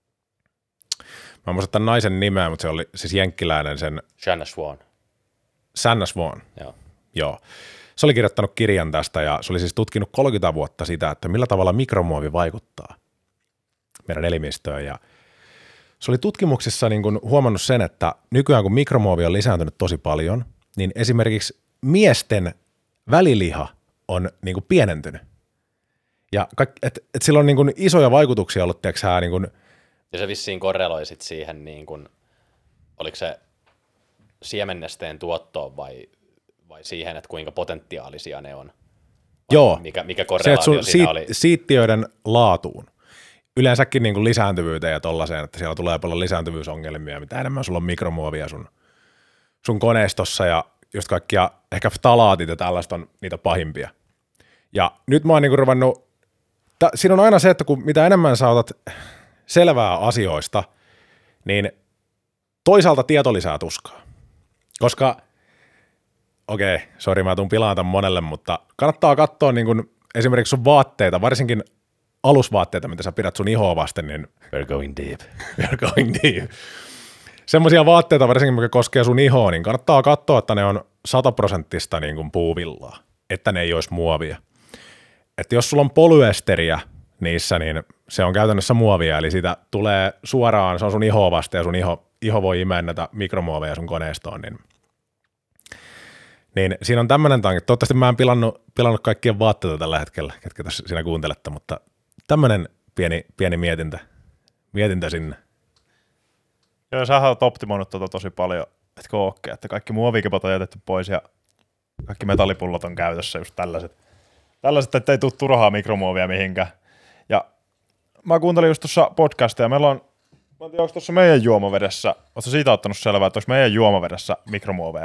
mä en muista tämän naisen nimeä, mutta se oli siis jenkkiläinen sen... Shanna Swan. Shanna Swan. Joo. Joo. Se oli kirjoittanut kirjan tästä ja se oli siis tutkinut kolmekymmentä vuotta sitä, että millä tavalla mikromuovi vaikuttaa meidän elimistöön. Ja se oli tutkimuksissa niin kuin huomannut sen, että nykyään kun mikromuovi on lisääntynyt tosi paljon, niin esimerkiksi miesten väliliha on niin kuin pienentynyt. Ja että et sillä on niin kuin isoja vaikutuksia ollut, tiedätkö, niin kuin... Ja se vissiin korreloi sit siihen, niin kuin, oliko se siemennesteen tuottoon vai, vai siihen, että kuinka potentiaalisia ne on? Vai Joo. Mikä, mikä Se, korrelaatio sun siinä siit, oli? Siittiöiden laatuun. Yleensäkin niin kuin lisääntyvyyteen ja tollaiseen, että siellä tulee paljon lisääntyvyysongelmia, mitä enemmän sulla on mikromuovia sun, sun koneistossa ja just kaikkia ehkä ftalaatit ja tällaista on niitä pahimpia. Ja nyt mä oon niinku ruvennut, ta, siinä on aina se, että kun mitä enemmän sä otat selvää asioista, niin toisaalta tieto lisää tuskaa. Koska, okei, okay, sori mä tuun pilaan tämän monelle, mutta kannattaa katsoa niin kun esimerkiksi sun vaatteita, varsinkin alusvaatteita, mitä sä pidät sun ihoa vasten, niin We're going deep. We're going deep. Semmoisia vaatteita, varsinkin mikä koskee sun ihoa, niin kannattaa katsoa, että ne on sataprosenttista niin kuin puuvillaa, että ne ei olisi muovia. Että jos sulla on polyesteriä niissä, niin se on käytännössä muovia, eli siitä tulee suoraan, se on sun ihoa vasten ja sun iho, iho voi imeä näitä mikromuoveja sun koneistoon, niin, niin siinä on tämmöinen tanki. Toivottavasti mä en pilannut, pilannut kaikkien vaatteita tällä hetkellä, ketkä tässä siinä kuuntelette, mutta tämmöinen pieni, pieni mietintä, mietintä sinne. Joo, sähän oot optimoinut tota tosi paljon, että kookkea, että kaikki muovikipot on jätetty pois ja kaikki metallipullot on käytössä, just tällaiset. Tällaiset, että ei tule turhaa mikromuovia mihinkään. Ja mä kuuntelin just tuossa podcastia, meillä on, mä en tiedä, onko tuossa meidän juomavedessä, ootko siitä ottanut selvää, että onko meidän juomavedessä mikromuoveja?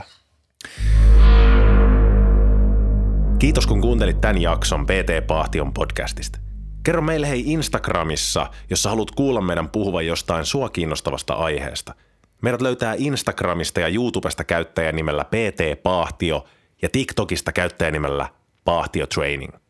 Kiitos kun kuuntelit tämän jakson P T Paahtion podcastista. Kerro meille hei Instagramissa, jos sä haluat kuulla meidän puhuvan jostain sua kiinnostavasta aiheesta. Meidät löytää Instagramista ja YouTubesta käyttäjänimellä P T Paahtio ja TikTokista käyttäjänimellä Paahtio Training.